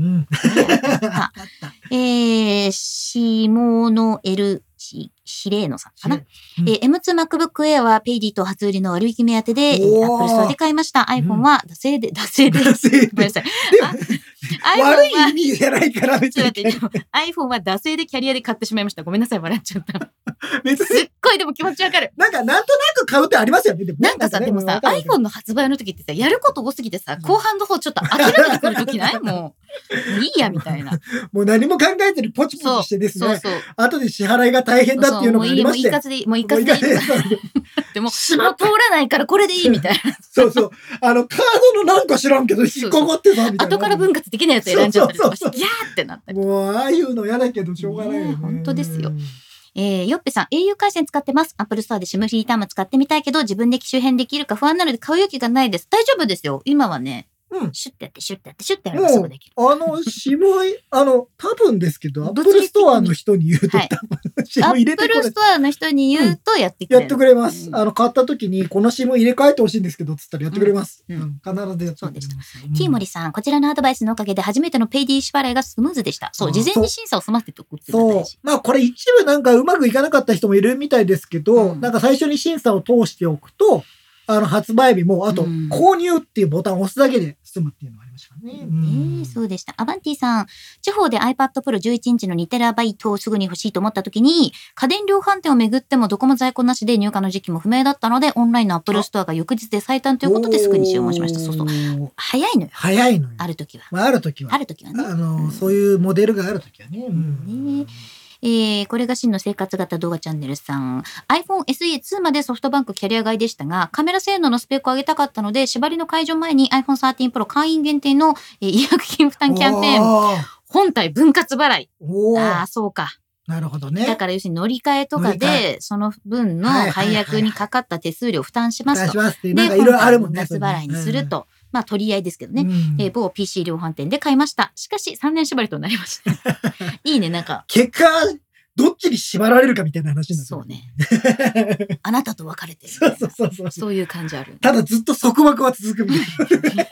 下の L、シレーノさんかな。M2 MacBook Air はペイディと初売りの割引目当てで、Apple Store で買いました。iPhone は惰性で。ごめんなさい。 悪い意味じゃないから、別に。 iPhone は惰性でキャリアで買ってしまいました。ごめんなさい、笑っちゃった。すっごいでも気持ちわかる。 なんとなく買うってありますよね。 なんかさ、でもさ、iPhone の発売の時ってさ、やること多すぎてさ、後半の方ちょっと諦めてくる時ない？もういいや、みたいな。 もう何も考えずにポチポチしてですね。後で支払いが大変だっていうのがありまして。 もう一括でいい。でも、通らないからこれでいいみたいな。 そう。カードのなんか知らんけど、引っかかってたみたいな。 後から分割できないやつ選んじゃったりとかして、ギャーってなったり。 もう、ああいうの嫌だけど、しょうがないよね。 本当ですよ。よっぺさん、au 回線使ってます。Apple Store で SIM フリーターム使ってみたいけど、自分で機種変できるか不安なので買う勇気がないです。大丈夫ですよ。今はね。シュッてやって、シュッてやって、シュッてやればすぐできる。 多分ですけど、Apple Store の人に言うと、 Apple Store の人に言うとやってくれる。 やってくれます。買った時に、この SIM 入れ替えてほしいんですけど、つったらやってくれます。必ずやってくれます。 そうでした。T 森さん、こちらのアドバイスのおかげで初めてのペイディ支払いがスムーズでした。そう、事前に審査を済ませておくっていうのが大事。 まあ、これ一部なんかうまくいかなかった人もいるみたいですけど、なんか最初に審査を通しておくと、発売日も、あと、購入っていうボタンを押すだけで済むっていうのがありましたね。 そうでした。アバンティさん、地方で iPad Pro 11インチの 2TB をすぐに欲しいと思った時に、家電量販店を巡ってもどこも在庫なしで入荷の時期も不明だったので、オンラインの Apple Store が翌日で最短ということですぐに注文しました。そう。早いのよ。ある時は。 ある時はね。そういうモデルがある時はね。 これが真の生活型動画チャンネルさん。iPhone SE2 までソフトバンクキャリア買いでしたが、カメラ性能のスペックを上げたかったので、縛りの解除前に iPhone 13 Pro 会員限定の違約金負担キャンペーン、本体分割払い。そうか。 なるほどね。 だから要するに乗り換えとかで、その分の解約にかかった手数料を負担しますと。で、 なんかいろいろあるもんね。 分割払いにすると。まあ、取り合いですけどね。某 PC 量販店で買いました。しかし、3年縛りとなりました。いいね、なんか。 結果、どっちに縛られるかみたいな話になってそうね。あなたと別れてる。そういう感じある。 ただずっと束縛は続くみたいな。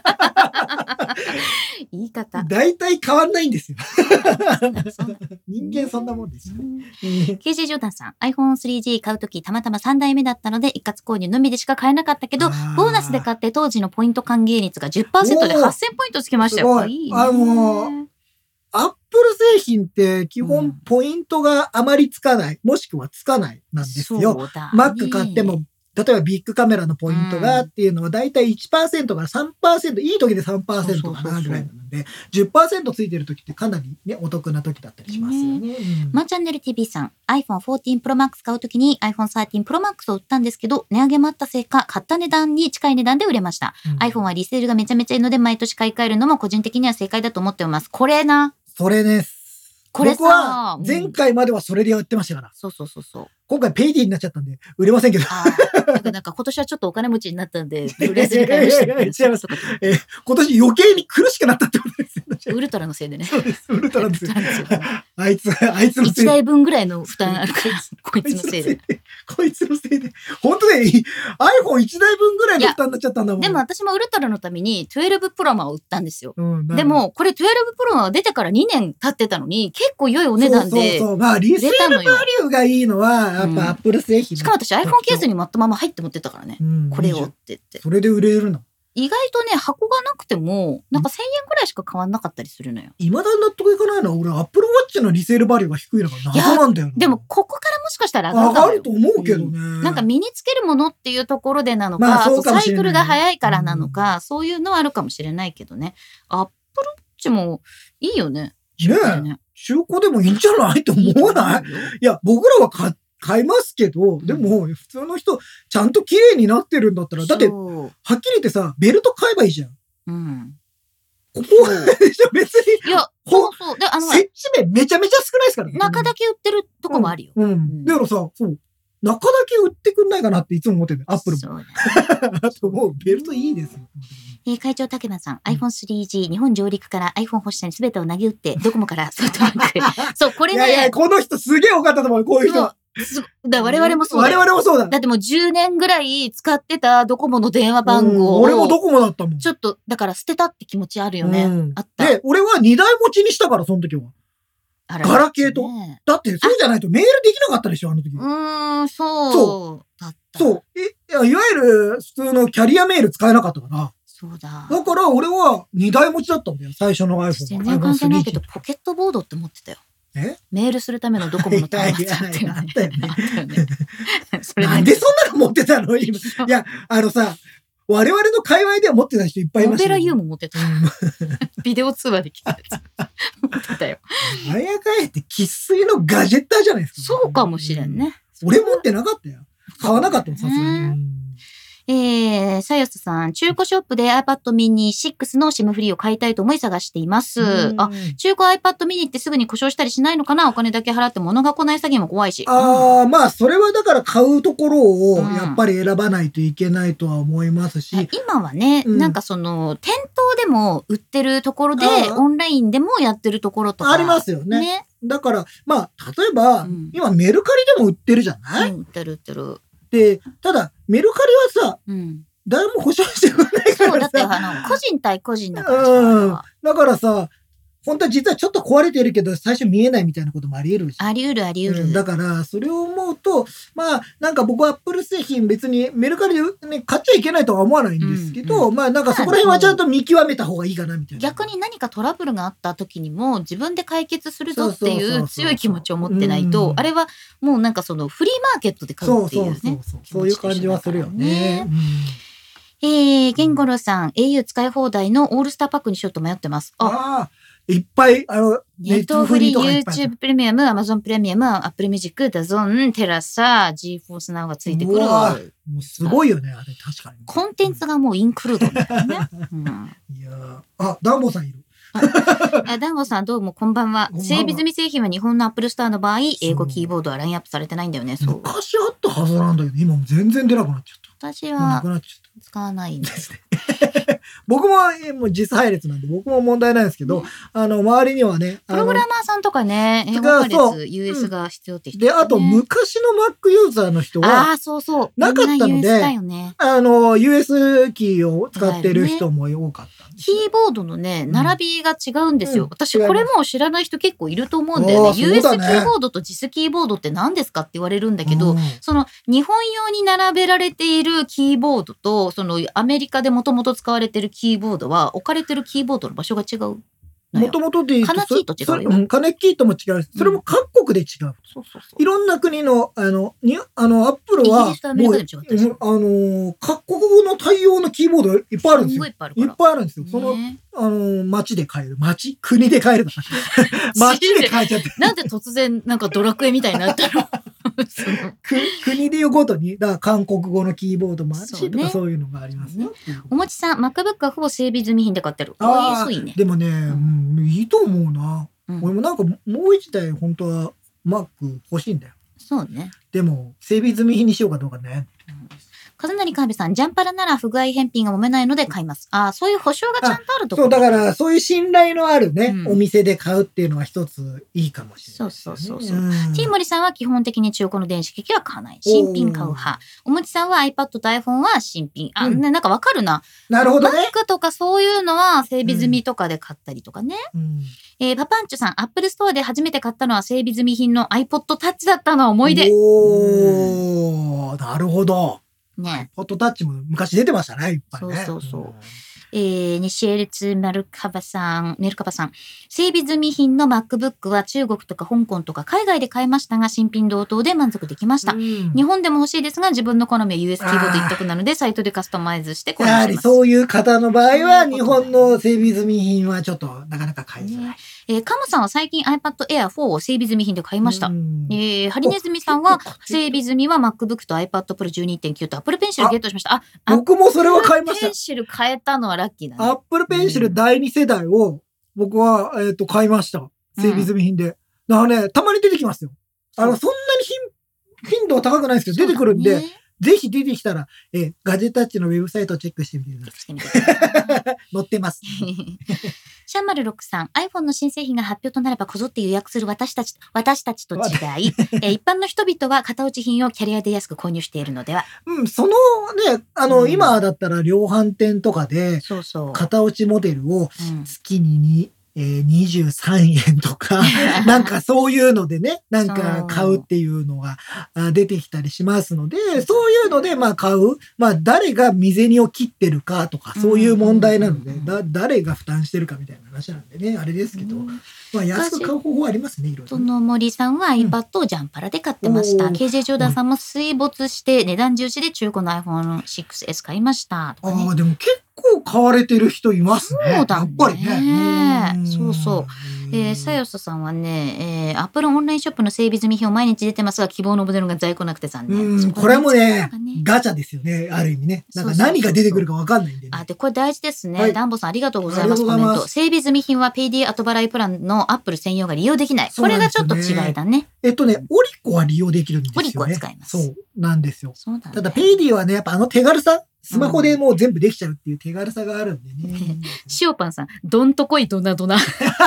言い方。 大体変わんないんですよ。人間そんなもんですよ。 KJ ジョーダンさん、iPhone 3G 買うときたまたま3代目だったので一括購入のみでしか買えなかったけど、ボーナスで買って当時のポイント還元率が 10% で8000ポイントつきましたよ。いいね。 アップル製品って基本ポイントがあまりつかない、もしくはつかないなんですよ。Mac 買っても、例えばビッグカメラのポイントがっていうのはだいたい 1% から 3%、いい時で 3% かなぐらいなので、10% ついてる時ってかなりね、お得な時だったりしますよね。 マーチャンネル TV さん、iPhone 14 Pro Max 買う時に iPhone 13 Pro Max を売ったんですけど、値上げもあったせいか、買った値段に近い値段で売れました。iPhone はリセールがめちゃめちゃいいので、毎年買い替えるのも個人的には正解だと思っています。これな。 それです。僕は前回まではそれでやってましたから。 そう。 今回ペイディになっちゃったんで、売れませんけど。 なんか今年はちょっとお金持ちになったんで、売れずに買いましたけど。 今年余計に苦しくなったってことですよ。 ウルトラのせいでね。 そうです。ウルトラのせいで。あいつのせいで。 1台分ぐらいの負担あるから、こいつのせいで。 こいつのせいで。本当ね、iPhone1 台分ぐらいの負担になっちゃったんだもん。 でも私もウルトラのために12 Pro マを売ったんですよ。でも、これ12 Pro マは出てから2年経ってたのに、結構良いお値段で。 そう。まあ、リセールバリューがいいのは、やっぱ Apple 製品。 しかも私 iPhone ケースにまったまま入って持ってたからね。これをって言って。 それで売れるの。 意外とね、箱がなくても、なんか1000円くらいしか変わんなかったりするのよ。 未だに納得いかないのは、俺、Apple Watch のリセールバリューが低いのが謎なんだよね。 でも、ここからもしかしたら上がると思うけどね。 なんか身につけるものっていうところでなのか、あとサイクルが早いからなのか、そういうのはあるかもしれないけどね。Apple Watch もいいよね。 ね。中古でもいいんじゃないと思わない？いや、僕らは買いますけど、でも、普通の人、ちゃんと綺麗になってるんだったら、だって、はっきり言ってさ、ベルト買えばいいじゃん。うん。ここでしょ、別に。 いや、そう。 で、設置面めちゃめちゃ少ないですからね。 中だけ売ってるとこもあるよ。 だからさ、そう。中だけ売ってくんないかなっていつも思ってる。アップルも。そうだ。あともうベルトいいですよ。 会長竹間さん、iPhone3G 日本上陸から iPhone 欲しさに全てを投げ打って、ドコモからソフトバンク。そう、これね。 いや、この人すげえ多かったと思う、こういう人。 我々もそうだ。 我々もそうだ。 だってもう10年ぐらい使ってたドコモの電話番号を。 俺もドコモだったもん。 ちょっと、だから捨てたって気持ちあるよね。あった。 で、俺は2台持ちにしたから、その時は。ガラケーと。だって、そうじゃないとメールできなかったでしょ、あの時。 そう。だった。 そう。いわゆる普通のキャリアメール使えなかったから。 そうだ。 だから俺は2台持ちだったんだよ、最初の iPhone。 全然関係ないけど、ポケットボードって持ってたよ。メールするためのドコモの端末あったよね。あったよね。 なんでそんなの持ってたの今。いや、我々の界隈では持ってた人いっぱいいました。 モベラ U も持ってた。ビデオ通話できたやつ。持ってたよ。 あやかえって生粋のガジェッターじゃないですか。 そうかもしれんね。 俺持ってなかったよ。買わなかったもん、さすがに。 さやすさん、中古ショップで iPad mini 6の SIM フリーを買いたいと思い探しています。中古 iPad mini ってすぐに故障したりしないのかな？お金だけ払って物が来ない詐欺も怖いし。 まあ、それはだから買うところをやっぱり選ばないといけないとは思いますし。 今はね、なんか店頭でも売ってるところで、オンラインでもやってるところとか。 ありますよね。だから、まあ、例えば、今メルカリでも売ってるじゃない？ 売ってる。 で、ただ、メルカリはさ、誰も保証してくれないからさ。 そう、だって個人対個人だからさ。 だからさ、本当は実はちょっと壊れてるけど、最初見えないみたいなこともあり得るし。 あり得る。 だから、それを思うと、まあ、なんか僕はアップル製品別にメルカリでね、買っちゃいけないとは思わないんですけど、まあなんかそこら辺はちゃんと見極めた方がいいかなみたいな。 逆に何かトラブルがあった時にも自分で解決するぞっていう強い気持ちを持ってないと、あれはもうなんかフリーマーケットで買うっていうね。 そういう感じはするよね。 ゲンゴロさん、au 使い放題のオールスターパックにしようと迷ってます。 いっぱい、 ネットフリー、YouTube プレミアム、Amazon プレミアム、Apple Music、DAZN、テラサ、GForce Now がついてくる。もうすごいよね、あれ、確かに。 コンテンツがもうインクルードみたいなね。 いやダンボさんいる。 ダンボさんどうもこんばんは。整備済み製品は日本のアップルストアの場合、英語キーボードはラインアップされてないんだよね。 昔あったはずなんだけど、今も全然出なくなっちゃった。 私は使わないんです。 僕も実配列なんで僕も問題ないですけど、周りにはね、 プログラマーさんとかね、英語配列 US が必要って人、 で、あと昔の Mac ユーザーの人は、なかったので、US キーを使ってる人も多かったんです。 キーボードのね、並びが違うんですよ。私これも知らない人結構いると思うんだよね。US キーボードと JIS キーボードって何ですかって言われるんだけど、日本用に並べられているキーボードと、アメリカでもともと使われているキーボードは、置かれてるキーボードの場所が違う。 もともとで言うと、 カナキート違うよ。 カナキートも違う。それも各国で違う。いろんな国の、アップルは、各国語の対応のキーボードいっぱいあるんですよ。いっぱいあるんですよ。街で買える。国で買える。街で買えちゃって。 なんで突然、なんかドラクエみたいになったの国でいうごとに、だから韓国語のキーボードもあるし、とかそういうのがありますね。 おもちさん、MacBook はほぼ整備済み品で買ってる。いいね。 でもね、いいと思うな。俺もなんかもう一台本当は Mac 欲しいんだよ。 そうね。 でも、整備済み品にしようかどうかね。 かずなりかーべさん、ジャンパラなら不具合返品が揉めないので買います。そういう保証がちゃんとあるところ。 そう、だからそういう信頼のあるね、お店で買うっていうのは一ついいかもしれない。 そう。ティーモリさんは基本的に中古の電子機器は買わない。新品買う派。おもちさんは iPad と iPhone は新品。なんかわかるな。 なるほどね。 Mac とかそういうのは整備済みとかで買ったりとかね。パパンチュさん、Apple Store で初めて買ったのは整備済み品の iPod Touch だったのは思い出。 なるほど。 ね。 ポットタッチも昔出てましたね、いっぱいね。 そう。西エルツメルカバさん。整備済み品の MacBook は中国とか香港とか海外で買いましたが、新品同等で満足できました。日本でも欲しいですが、自分の好みは US キーボード一択なので、サイトでカスタマイズして購入します。 やはりそういう方の場合は、日本の整備済み品はちょっとなかなか買いづらい。 カモさんは最近 iPad Air 4を整備済み品で買いました。ハリネズミさんは整備済みは MacBook と iPad Pro 12.9 と Apple Pencil ゲットしました。 僕もそれは買いました。 Apple Pencil 買えたのはラッキーだね。 Apple Pencil 第2世代を僕は、買いました。整備済み品で。だからね、たまに出てきますよ。そんなに頻度は高くないですけど、出てくるんで、ぜひ出てきたら、ガジェタッチのウェブサイトをチェックしてみてください。載ってます。 シャンマル6さん、iPhone の新製品が発表となればこぞって予約する私たちと違い、一般の人々は型落ち品をキャリアで安く購入しているのでは。 そのね、今だったら量販店とかで、型落ちモデルを月に23円とか、なんかそういうのでね、なんか買うっていうのが出てきたりしますので、そういうので買う、誰が身銭を切ってるかとか、そういう問題なので、誰が負担してるかみたいな話なんでね、あれですけど、安く買う方法ありますね、いろいろ。 その森さんは iPad をジャンパラで買ってました。KJ ジョーダンさんも水没して値段重視で中古の iPhone 6S 買いました。 でも結構買われてる人いますね。 そうだね。 やっぱりね。 そうそう。さよささんはね、Apple オンラインショップの整備済み品を毎日出てますが、希望のモデルが在庫なくて残念。 これもね、ガチャですよね、ある意味ね。なんか何が出てくるか分かんないんでね。 で、これ大事ですね。ダンボさんありがとうございます。コメント。整備済み品は PayD 後払いプランの Apple 専用が利用できない。これがちょっと違いだね。 オリコは利用できるんですよね。 オリコは使います。 そうなんですよ。ただ、PayD はね、やっぱ手軽さスマホでもう全部できちゃうっていう手軽さがあるんでね。 塩パンさん、どんとこいドナドナ。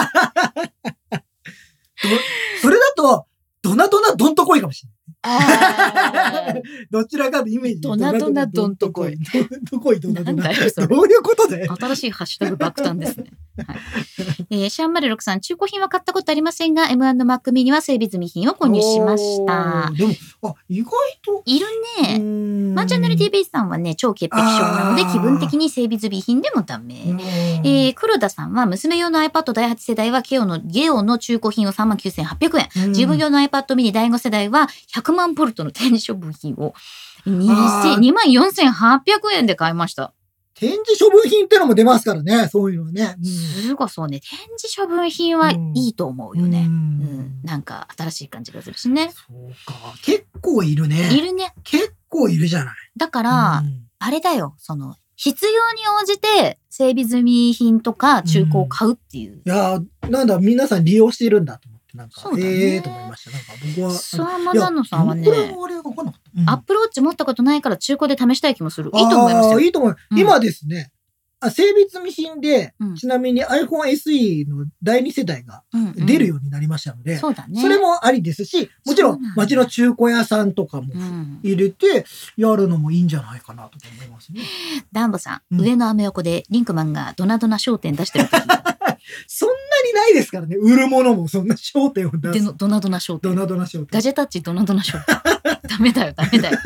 それだと、ドナドナドンとこいかもしれない。どちらかのイメージ。 ドナドナドンとこい。 ドンとこいドナドナ。 どういうことだよ。 新しいハッシュタグ爆誕ですね。シャンマル6さん、中古品は買ったことありませんが、M1 の Mac mini は整備済み品を購入しました。 でも、意外と。 いるね。マンチャンネル TV さんはね、超潔癖症なので、気分的に整備済み品でもダメ。黒田さんは、娘用の iPad 第8世代はゲオの中古品を 39,800 円。自分用の iPad mini 第5世代は100万ボルトの展示処分品を24,800 円で買いました。 展示処分品ってのも出ますからね、そういうのね。 すごいそうね。展示処分品はいいと思うよね。なんか新しい感じがするしね。 そうか。結構いるね。 いるね。 結構いるじゃない。 だから、あれだよ、必要に応じて整備済み品とか中古を買うっていう。 いやなんだ、皆さん利用しているんだと思って、なんか、と思いました。なんか僕は。 マナノさんはね、アップルウォッチ持ったことないから中古で試したい気もする。いいと思いますよ。 いいと思う。今ですね、整備済み品で、ちなみに iPhone SE の第2世代が出るようになりましたので、それもありですし、もちろん街の中古屋さんとかも入れてやるのもいいんじゃないかなと思いますね。 ダンボさん、上のアメ横でリンクマンがドナドナ商店出してる時そんなにないですからね。売るものもそんな商店を出す。 ドナドナ商店。 ドナドナ商店。 ガジェタッチドナドナ商店。ダメだよ。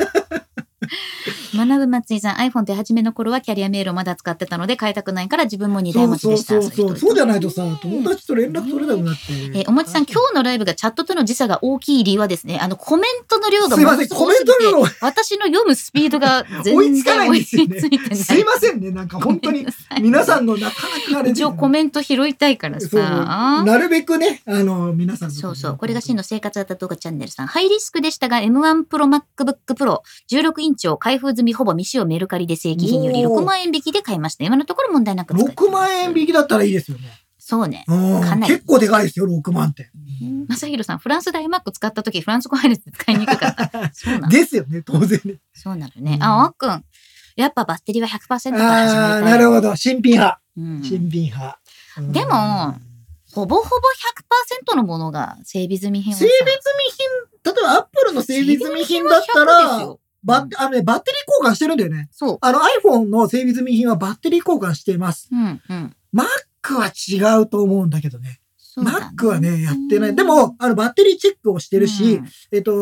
学ぶ松井さん、iPhone 出始めの頃はキャリアメールをまだ使ってたので変えたくないから自分も2台持ちでした。 そうじゃないとさ、友達と連絡取れなくなって。 おもちさん、今日のライブがチャットとの時差が大きい理由はですね、コメントの量がすいません、コメントの量私の読むスピードが全然追いつかないんですよね。 追いついてない。 すいませんね、なんか本当に皆さんのなかなかあれ一応コメント拾いたいからさ。 なるべくね、皆さんそう。これが真の生活型動画チャンネルさん。ハイリスクでしたが、M1 Pro MacBook Pro 16インチを開封済みほぼ未使用メルカリで正規品より6万円引きで買いました。今のところ問題なく使ってます。 6万円引きだったらいいですよね。 そうね。かなり。 結構でかいですよ、6万って。 まさひろさん、フランス大 Mac 使った時フランス語配列で使いにくかった。そうなのですよね、当然ね。 そうなのね。あっくん。やっぱバッテリーは 100% から始めたい。 なるほど。新品派。新品派。 でも、ほぼほぼ 100% のものが整備済み品。 整備済み品、例えばアップルの整備済み品だったら、バッテリー交換してるんだよね。 そう。 iPhone の整備済み品はバッテリー交換しています。Mac は違うと思うんだけどね。Mac はね、やってない。でも、バッテリーチェックをしてるし、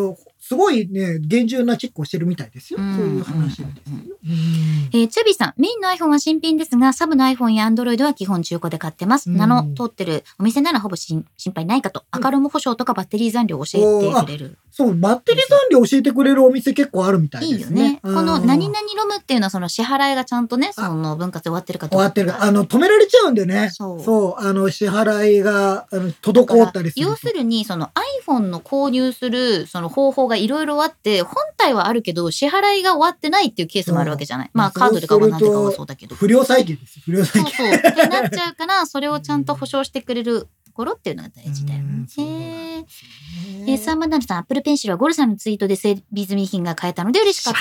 すごいね、厳重なチェックをしてるみたいですよ。そういう話なんですよ。 チュビさん、メインの iPhone は新品ですが、サブの iPhone や Android は基本中古で買ってます。名の通ってるお店ならほぼ心配ないかと。アルム保証とかバッテリー残量を教えてくれる。 そう、バッテリー残量教えてくれるお店結構あるみたいですね。 いいよね。この何々ロムっていうのはその支払いがちゃんとね、その分割で終わってるか終わってる。止められちゃうんでね。そう。支払いが、滞ったりする。 要するに、その iPhone の購入するその方法がいろいろあって、本体はあるけど、支払いが終わってないっていうケースもあるわけじゃない。まあ、カードで買わないとかはそうだけど。 不良債権です。不良債権。 そうってなっちゃうから、それをちゃんと保証してくれるところっていうのが大事だよね。サーマンダルさん、アップルペンシルはゴリさんのツイートで整備済み品が買えたので嬉しかった。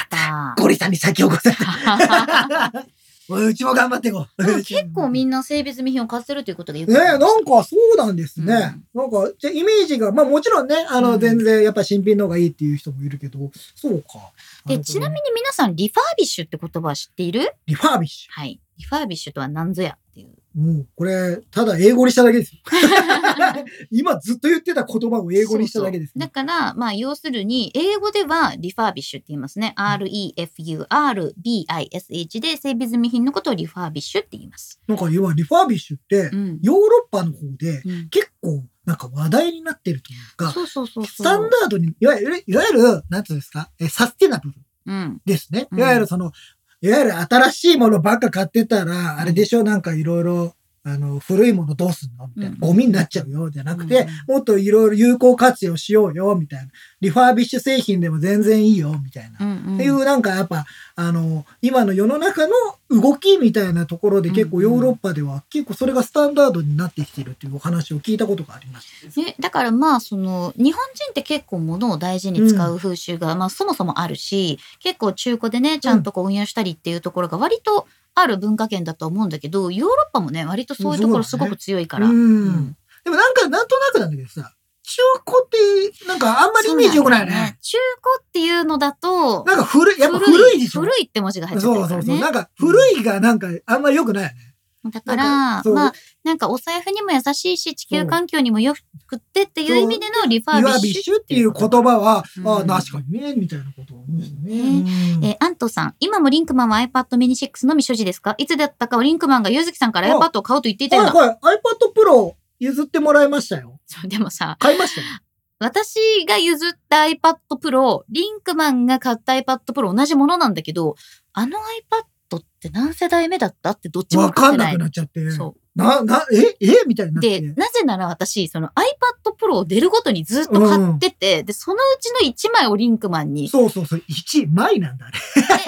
ゴリさんに先を越された。うちも頑張っていこう。 結構みんな整備済み品を買ってるということでね、なんかそうなんですね。なんか、じゃイメージが、まあもちろんね、全然やっぱ新品の方がいいっていう人もいるけど、そうか。 で、ちなみに皆さん、リファービッシュって言葉は知っている？ リファービッシュ。 はい。リファービッシュとは何ぞやっていう。 もう、これ、ただ英語にしただけですよ。今ずっと言ってた言葉を英語にしただけです、 だから、まあ、要するに、英語ではリファービッシュって言いますね。REFURBISH で整備済み品のことをリファービッシュって言います。 なんか、要はリファービッシュって、ヨーロッパの方で結構なんか話題になってるというか、スタンダードに、いわゆる、なんていうんですか、サスティナブルですね。いわゆる新しいものばっか買ってたら、あれでしょ、なんかいろいろ、古いものどうすんのみたいな。ゴミになっちゃうよ。じゃなくて、もっといろいろ有効活用しようよ。みたいな。リファービッシュ製品でも全然いいよ。みたいな。っていうなんかやっぱ、今の世の中の動きみたいなところで結構ヨーロッパでは結構それがスタンダードになってきてるっていうお話を聞いたことがありました。 だからまあ、日本人って結構物を大事に使う風習が、まあそもそもあるし、結構中古でね、ちゃんと運用したりっていうところが割と、ある文化圏だと思うんだけど、ヨーロッパもね、割とそういうところすごく強いから。でもなんとなくなんだけどさ、中古ってなんかあんまりイメージ良くないよね。 中古っていうのだと、 なんか古いでしょ。 古いって文字が入っちゃってるからね。 そう。なんか古いがなんかあんまり良くないよね。 だから、まあ、なんかお財布にも優しいし、地球環境にも良くってっていう意味でのリファービッシュっていう言葉は、確かにね、みたいなことを思うんですね。 アントさん、今もリンクマンは iPad mini 6のみ所持ですか？いつだったかリンクマンがゆずきさんから iPad を買うと言っていたような。 はい、iPad Pro 譲ってもらいましたよ。 でもさ、 買いましたよ。 私が譲った iPad Pro、リンクマンが買った iPad Pro 同じものなんだけど、iPadって何世代目だったってどっちも分かってない。 わかんなくなっちゃって。 そう。 みたいになって。 で、なぜなら私、その iPad Pro を出るごとにずっと買ってて、で、そのうちの1枚をリンクマンに。 そう。1枚なんだね。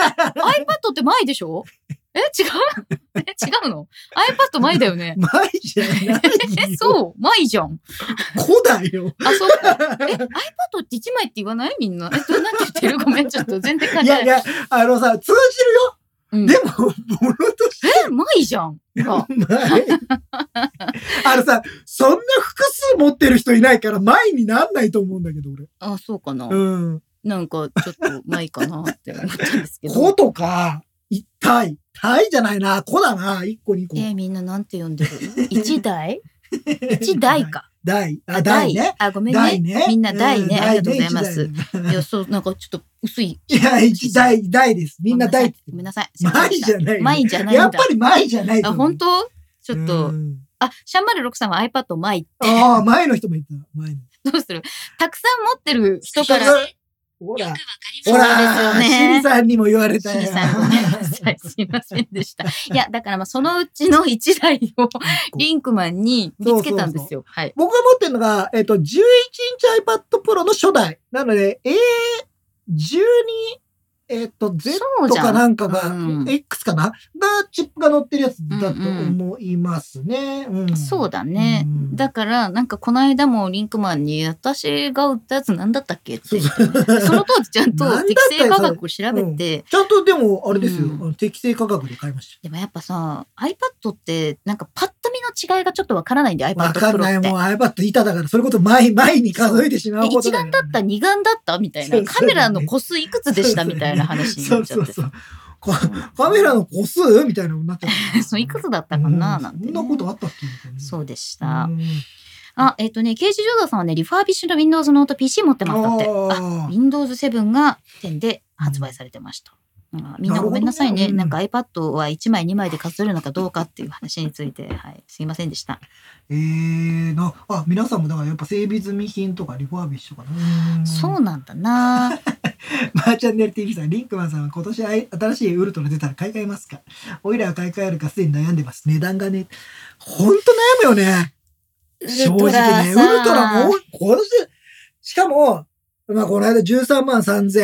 iPad って枚でしょ？違うの？ iPad 枚だよね。 枚じゃないよ。 そう、枚じゃん。 子だよ。 そう。iPad って1枚って言わないみんな。なんて言ってる？ごめん、ちょっと全然感じない。 いや、通じるよ。でも、ものとして。 枚じゃん。 そんな複数持ってる人いないから枚になんないと思うんだけど、俺。 そうかな。なんか、ちょっと枚かなって思ったんですけど。 子とか、体じゃないな、子だな、1個2個。 みんななんて呼んでる？ 1 台 ?1 台か。 台ね。 ごめんね。みんな台ね。ありがとうございます。いや、そう、なんかちょっと薄い。 いや、台です。みんな台って。 ごめんなさい。 枚じゃない。 枚じゃない。 やっぱり枚じゃない。 本当？ちょっと。シャンマル6さんは iPad 枚って。 前の人もいた。 どうする？たくさん持ってる人から。 ほら、 そうですよね。 シリさんにも言われたよ。 シリさんごめんなさい。すいませんでした。いや、だからそのうちの1台をリンクマンに見つけたんですよ。はい。 僕が持ってるのが、11インチ iPad Pro の初代。なので、12、Z かなんかが、X かなが、チップが乗ってるやつだと思いますね。 そうだね。だから、なんかこの間もリンクマンに、私が売ったやつ何だったっけって。その当時ちゃんと適正価格を調べて。 ちゃんとでも、あれですよ。適正価格で買いました。 でもやっぱさ、iPad って、なんかパッと見の違いがちょっとわからないんで、iPad Pro って。 わかんない。もう iPad 板だから、それこそ前に数えてしまうこと一眼だった二眼だったみたいな。カメラの個数いくつでしたみたいな話になっちゃって。 カメラの個数みたいなのになっちゃって。 いくつだったかななんて。 そんなことあったっけ？ そうでした。 ケイジ・ジョーダさんはね、リファービッシュの Windows ノート PC 持ってますだって。Windows 7が10で発売されてました。みんなごめんなさいね。なんか iPad は1枚2枚で数えるのかどうかっていう話について、はい、すいませんでした。 皆さんもだからやっぱ整備済み品とかリファービッシュとかね。そうなんだな。 マーチャンネル TV さん、リンクマンさんは今年新しいウルトラ出たら買い替えますか？おいらは買い替えるかすでに悩んでます。値段がね、ほんと悩むよね。正直ね、ウルトラも今年、しかも、この間13万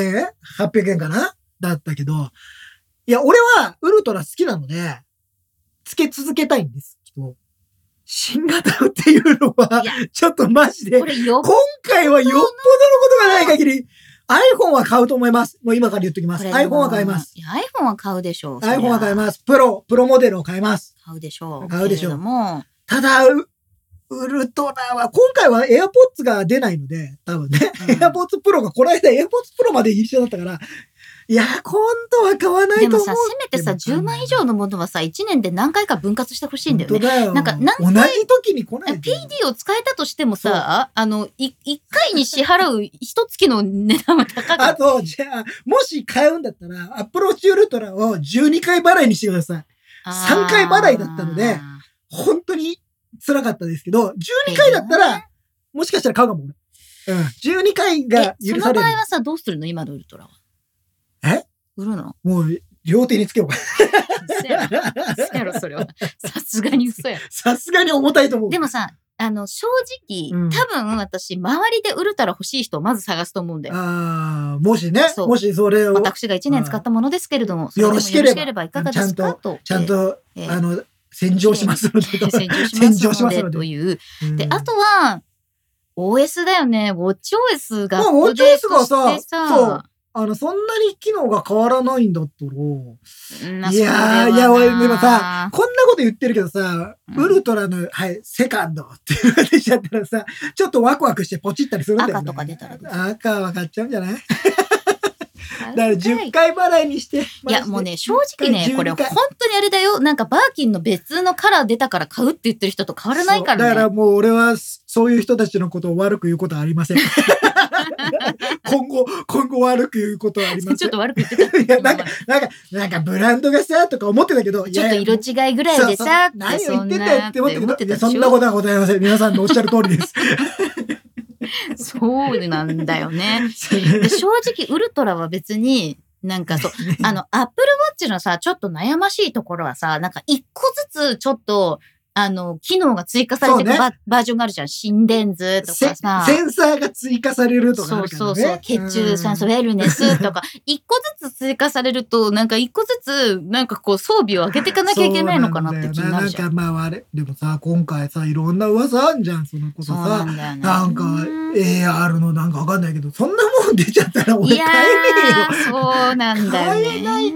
3800円かなだったけど、いや、俺はウルトラ好きなので、つけ続けたいんですけど、新型っていうのは、ちょっとマジで、今回はよっぽどのことがない限り、iPhone は買うと思います。もう今から言っときます。iPhone は買います。 iPhone は買うでしょう。 iPhone は買います。プロモデルを買います。 買うでしょう。 買うでしょう。ただ、ウルトラは、今回は AirPods が出ないので、多分ね、AirPods Pro がこの間 AirPods Pro まで一緒だったから、いや、今度は買わないと思う。 でもさ、せめてさ、10万以上のものはさ、1年で何回か分割してほしいんだよね。 本当だよ。 なんか、 同じ時に来ない。 PD を使えたとしてもさ、1回に支払う1月の値段は高い。 あと、じゃあ、もし買うんだったら、アプローチウルトラを12回払いにしてください。3回払いだったので、本当に辛かったですけど、12回だったら、もしかしたら買うかも、俺。12回が許される。 その場合はさ、どうするの今のウルトラは。売るの？ もう、両手につけようか。 嘘やろ、それは。さすがに嘘や。 さすがに重たいと思う。 でもさ、正直、多分私、周りでウルトラ欲しい人をまず探すと思うんだよ。 もしね、もしそれを。 私が1年使ったものですけれども、 よろしければいかがですかと。 ちゃんと、洗浄しますので。 洗浄しますので。という。で、あとは、OS だよね。WatchOS がアップデートしてさ、 そんなに機能が変わらないんだったら。いや、でもさ、こんなこと言ってるけどさ、ウルトラの、セカンドって言われちゃったらさ、ちょっとワクワクしてポチったりするんだよね。 赤とか出たら赤は買っちゃうんじゃない？だから10回払いにして。 いや、もうね、正直ね、これ本当にあれだよ。なんかバーキンの別のカラー出たから買うって言ってる人と変わらないからね。 だからもう俺はそういう人たちのことを悪く言うことはありません。今後悪く言うことはありません。 ちょっと悪く言ってた。 いや、なんかブランドがさ、とか思ってたけど。 ちょっと色違いぐらいでさ、 何を言ってたよって思ってたけど、そんなことはございません。皆さんのおっしゃる通りです。 そうなんだよね。で正直、ウルトラは別に、なんかそう、アップルウォッチのさ、ちょっと悩ましいところはさ、なんか一個ずつちょっと、機能が追加されてるバージョンがあるじゃん。心電図とかさ。 センサーが追加されるとかあるからね。 そう。血中酸素ウェルネスとか、一個ずつ追加されると、なんか一個ずつ、なんかこう装備を上げていかなきゃいけないのかなって気になるじゃん。 なんかでもさ、今回さ、いろんな噂あんじゃん、そのことさ。なんか、AR のなんかわかんないけど、そんなもん出ちゃったら俺買えねえよ。そうなんだよね。 買えないって。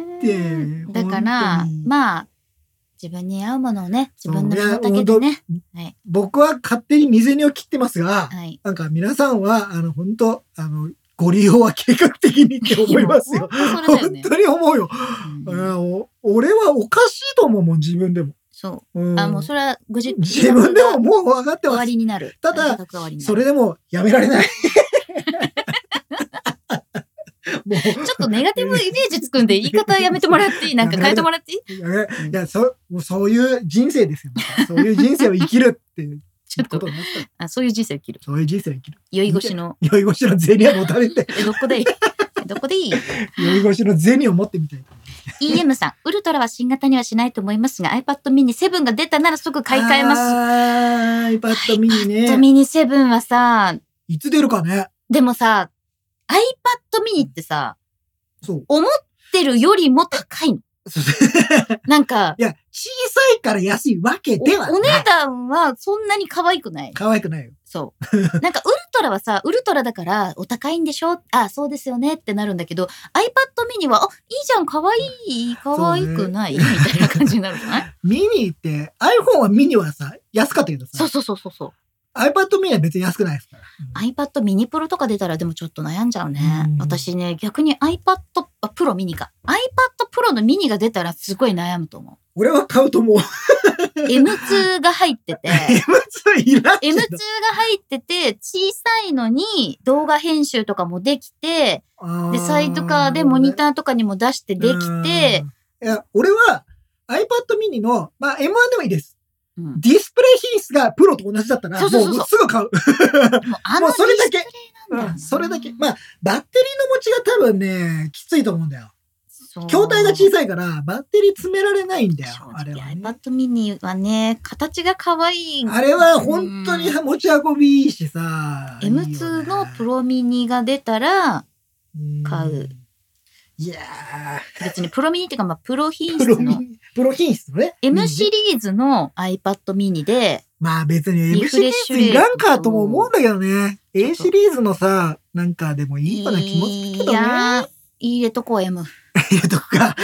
だから、まあ、自分に合うものをね、自分の身の丈でね。 僕は勝手に水にを切ってますが、なんか皆さんは、本当ご利用は計画的にって思いますよ。本当に思うよ。俺はおかしいと思うもん、自分でも。 そう。もうそれは自分でももう分かってます。 終わりになる。 ただ、それでもやめられない。 ちょっとネガティブイメージつくんで言い方やめてもらっていい？なんか変えてもらっていい？ いや、そういう人生ですよ。そういう人生を生きるっていうことになった。 そういう人生を生きる。 そういう人生を生きる。 酔い越しの銭を持たれて。 どこでいい？どこでいい？ 酔い越しの銭を持ってみたい。 EM さん、ウルトラは新型にはしないと思いますが、iPad mini 7が出たならすぐ買い替えます。 iPad mini ね。 iPad mini 7はさ、 いつ出るかね。 でもさ、iPad mini ってさ、思ってるよりも高いの。なんか、 いや、小さいから安いわけではない。 お値段はそんなに可愛くない。 可愛くないよ。 そう。なんかウルトラはさ、ウルトラだからお高いんでしょ？そうですよねってなるんだけど、iPad mini は、いいじゃん、可愛くない、みたいな感じになるじゃない？ ミニって、iPhone はミニはさ、安かったけどさ。 そう。 iPad mini は別に安くないですから。 iPad mini Pro とか出たらでもちょっと悩んじゃうね。私ね、逆に iPad Pro ミニか。iPad Pro のミニが出たらすごい悩むと思う。 俺は買うと思う。 M2 が入ってて、 M2 いらんけど。 M2 が入ってて、小さいのに動画編集とかもできて、で、サイトカーでモニターとかにも出してできて、 いや、俺は iPad mini の、まあ M1 でもいいです。 うん、 ディスプレイ品質がプロと同じだったら、もうすぐ買う。もうそれだけ。それだけ。まあ、バッテリーの持ちが多分ね、きついと思うんだよ。筐体が小さいから、バッテリー詰められないんだよ。あれは、ね。 iPad mini はね、形が可愛い。 あれは本当に持ち運びいいしさ。 M2 のプロミニが出たら、買う。 いやー。別にプロミニっていうか、まあ、プロ品質の。 プロ品質のね。 M シリーズの iPad mini で。 まあ別に M シリーズいらんかとも思うんだけどね。A シリーズのさ、なんかでもいいような気もするけどね。 入れとこう M。 入れとくか。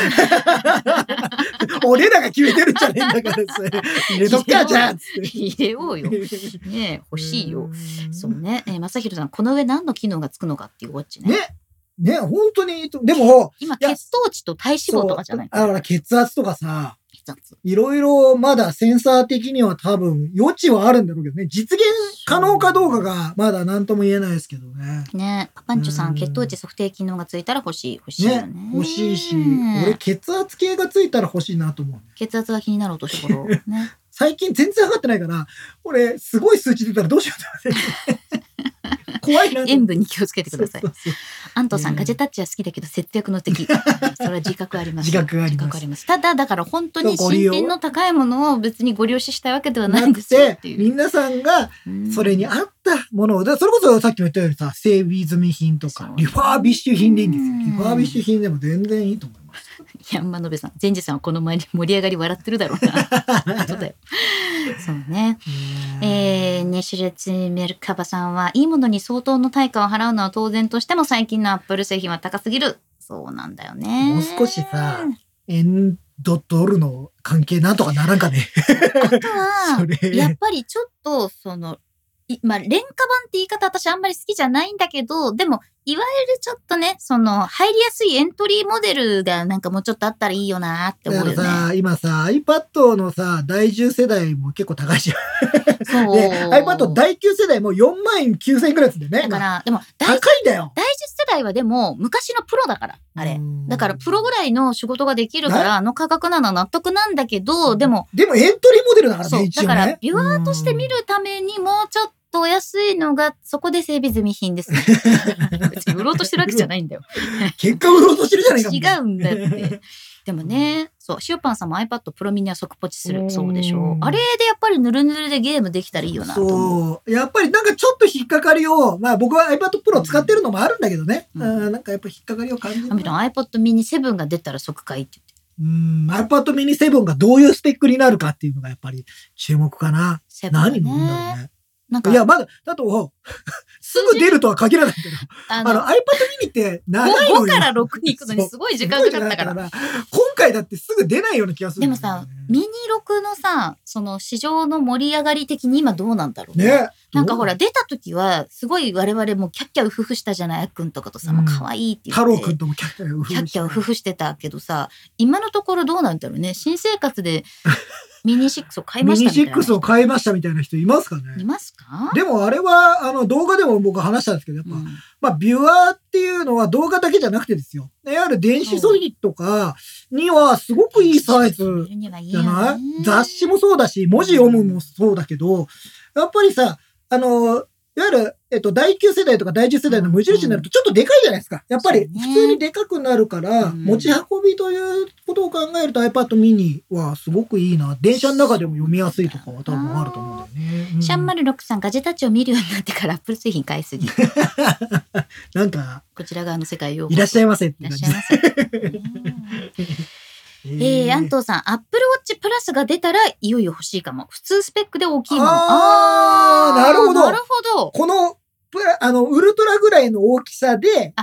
俺らが決めてるんじゃねえんだからさ。入れとくか、じゃあ。 入れようよ。ね欲しいよ。そうね。まさひろさん、この上何の機能がつくのかっていうウォッチね。 ね、本当に、でも、 今、血糖値と体脂肪とかじゃないか。 だから血圧とかさ、いろいろまだセンサー的には多分余地はあるんだろうけどね。実現可能かどうかがまだ何とも言えないですけどね。 ね、パパンチョさん、血糖値測定機能がついたら欲しいよね。 欲しいし、俺血圧計がついたら欲しいなと思う、ね。 血圧が気になるお年頃。ね。 最近全然測ってないから、俺すごい数値出たらどうしようって怖いな。 塩分に気をつけてください。アントさん、ガジェタッチは好きだけど節約の敵。それは自覚あります。 自覚あります。 ただ、だから本当に新品の高いものを別にご了承したいわけではないんですよっていう。 皆さんがそれに合ったものを、それこそさっきも言ったようにさ、整備済み品とか、リファービッシュ品でいいんですよ。リファービッシュ品でも全然いいと思います。 ヤンマノベさん、善治さんはこの前に盛り上がり笑ってるだろうな。本当だよ。そうね。ネシュレツメルカバさんは、いいものに相当の対価を払うのは当然としても、最近のアップル製品は高すぎる。そうなんだよね。 もう少しさ、円とドルの関係なんとかならんかね。 あとは、やっぱりちょっと、まあ、廉価版って言い方私あんまり好きじゃないんだけど、でも、いわゆるちょっとね、入りやすいエントリーモデルがなんかもうちょっとあったらいいよなって思うよね。 だからさ、今さ、iPad のさ、第10世代も結構高いじゃん。そう。で、iPad 第9世代も49,000円くらいですんでね。 だから、でも、 高いんだよ。 第10世代はでも、昔のプロだから、あれ。だから、プロぐらいの仕事ができるから、あの価格なのは納得なんだけど、でもエントリーモデルだからね、 そう。だから、ビュアーとして見るためにもうちょっと、お安いのがそこで整備済み品ですね。別に売ろうとしてるわけじゃないんだよ。 結果売ろうとしてるじゃないか。 違うんだって。でもね、そう、シオパンさんも iPad Pro mini は即ポチする。そうでしょう。あれでやっぱりヌルヌルでゲームできたらいいよなと思う。 そう。やっぱりなんかちょっと引っかかりを、まあ僕は iPad Pro 使ってるのもあるんだけどね。なんかやっぱ引っかかりを感じる。 iPad mini 7が出たら即買いって言って。iPad mini 7がどういうスペックになるかっていうのがやっぱり注目かな。何のんだろうね。いや、まだ、だと、すぐ出るとは限らないけど、iPad mini って長いのよ。 5から6に行くのにすごい時間かかったから。今回だってすぐ出ないような気がする、 でもさ、ミニ6のさ、市場の盛り上がり的に今どうなんだろうね。なんかほら、出た時は、すごい我々もキャッキャウフフしたじゃない、あっくんとかとさ、もう可愛いって言って。 太郎くんともキャッキャウフフしてた。 キャッキャウフフしてたけどさ、今のところどうなんだろうね。新生活で、ミニ6を買いましたみたいな。 ミニ6を買いましたみたいな人いますかね。 いますか？ でもあれは、動画でも僕話したんですけど、やっぱ、まあ、ビュアーっていうのは動画だけじゃなくてですよ。いわゆる電子書籍とかにはすごくいいサイズじゃない？雑誌もそうだし、文字読むもそうだけど、やっぱりさ、いわゆる、第9世代とか第10世代の無印になるとちょっとでかいじゃないですか。やっぱり普通にでかくなるから、持ち運びということを考えると iPad mini はすごくいいな。電車の中でも読みやすいとかは多分あると思うんだよね。 シャンマル6さん、ガジェタッチを見るようになってから Apple 製品買いすぎ。 なんか、 こちら側の世界を。 いらっしゃいませって感じ。いらっしゃいませ。安藤さん、Apple Watch Plus が出たらいよいよ欲しいかも。普通スペックで大きいもの。 なるほど。 なるほど。 この、ウルトラぐらいの大きさで、 プラ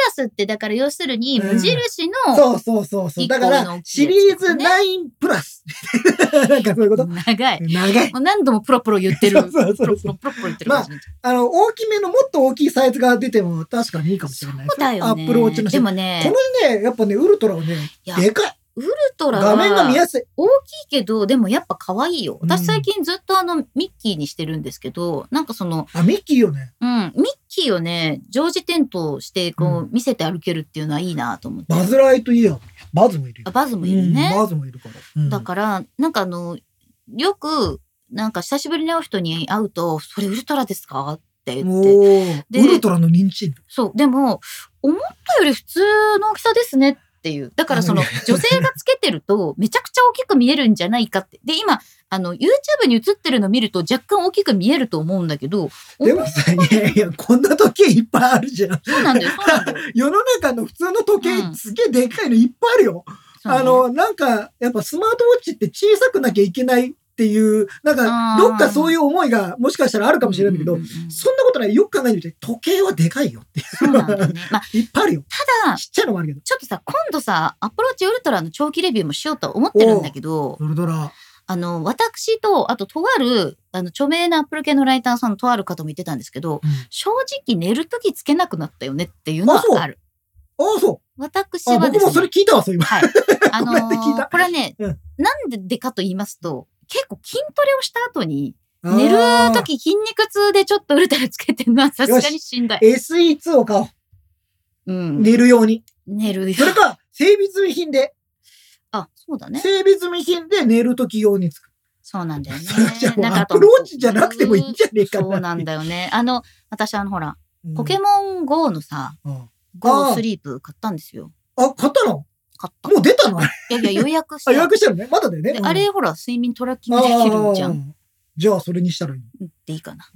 スってだから要するに無印の、 そう。だから、シリーズ9プラス。なんかそういうこと長い。 長い。 もう何度もプロプロ言ってる。 そう。 プロ言ってる。 まあ、大きめのもっと大きいサイズが出ても確かにいいかもしれない。 そうだよね。 アップルウォッチの。 でもね、 このね、やっぱね、ウルトラはね、でかい。 ウルトラは画面が見やすい。 大きいけど、でもやっぱ可愛いよ。私最近ずっとミッキーにしてるんですけど、なんかミッキーよね。 うん。ミッキーをね、常時点灯して、見せて歩けるっていうのはいいなと思って。 バズライトイヤー。バズもいるよ。 バズもいるね。 バズもいるから。 だから、なんかよく、なんか久しぶりに会う人に会うと、それウルトラですかって言って。 ウルトラの認知。 そう。でも、思ったより普通の大きさですねっていう。だから女性がつけてると、めちゃくちゃ大きく見えるんじゃないかって。で、今、YouTube に映ってるの見ると若干大きく見えると思うんだけど。 でもさ、いや、こんな時計いっぱいあるじゃん。 そうなんだよ。 世の中の普通の時計、すげえでかいのいっぱいあるよ。なんか、やっぱスマートウォッチって小さくなきゃいけないっていう、なんか、どっかそういう思いがもしかしたらあるかもしれないんだけど、そんなことない。よく考えてみて、時計はでかいよっていう。 そうなんだね。まあ、 いっぱいあるよ。 ただ、 ちっちゃいのもあるけど。 ちょっとさ、今度さ、アプローチウルトラの長期レビューもしようと思ってるんだけど、 ウルトラ。 私と、あと、とある、著名なアップル系のライターさんのとある方も言ってたんですけど、正直寝るときつけなくなったよねっていうのはある。 そう。 私はですね。 僕もそれ聞いたわ、そう今。 はい。これはね、なんでかと言いますと、結構筋トレをした後に、寝るとき筋肉痛でちょっとウルトラつけてるのはさすがにしんどい。 SE2 を買おう。寝るように。 寝るように。 それか、整備済み品で。 そうだね。 整備済み品で寝るとき用につく。 そうなんだよね。 なんかアプローチじゃなくてもいいんじゃねえかな。 そうなんだよね。私ほら、ポケモン GO のさ、GO スリープ買ったんですよ。 買ったの？買った。もう出たの？ いや、予約した。 予約したのね。まだだよね。 あれ、ほら、睡眠トラッキングできるじゃん。 じゃあ、それにしたらいい。 でいいかな。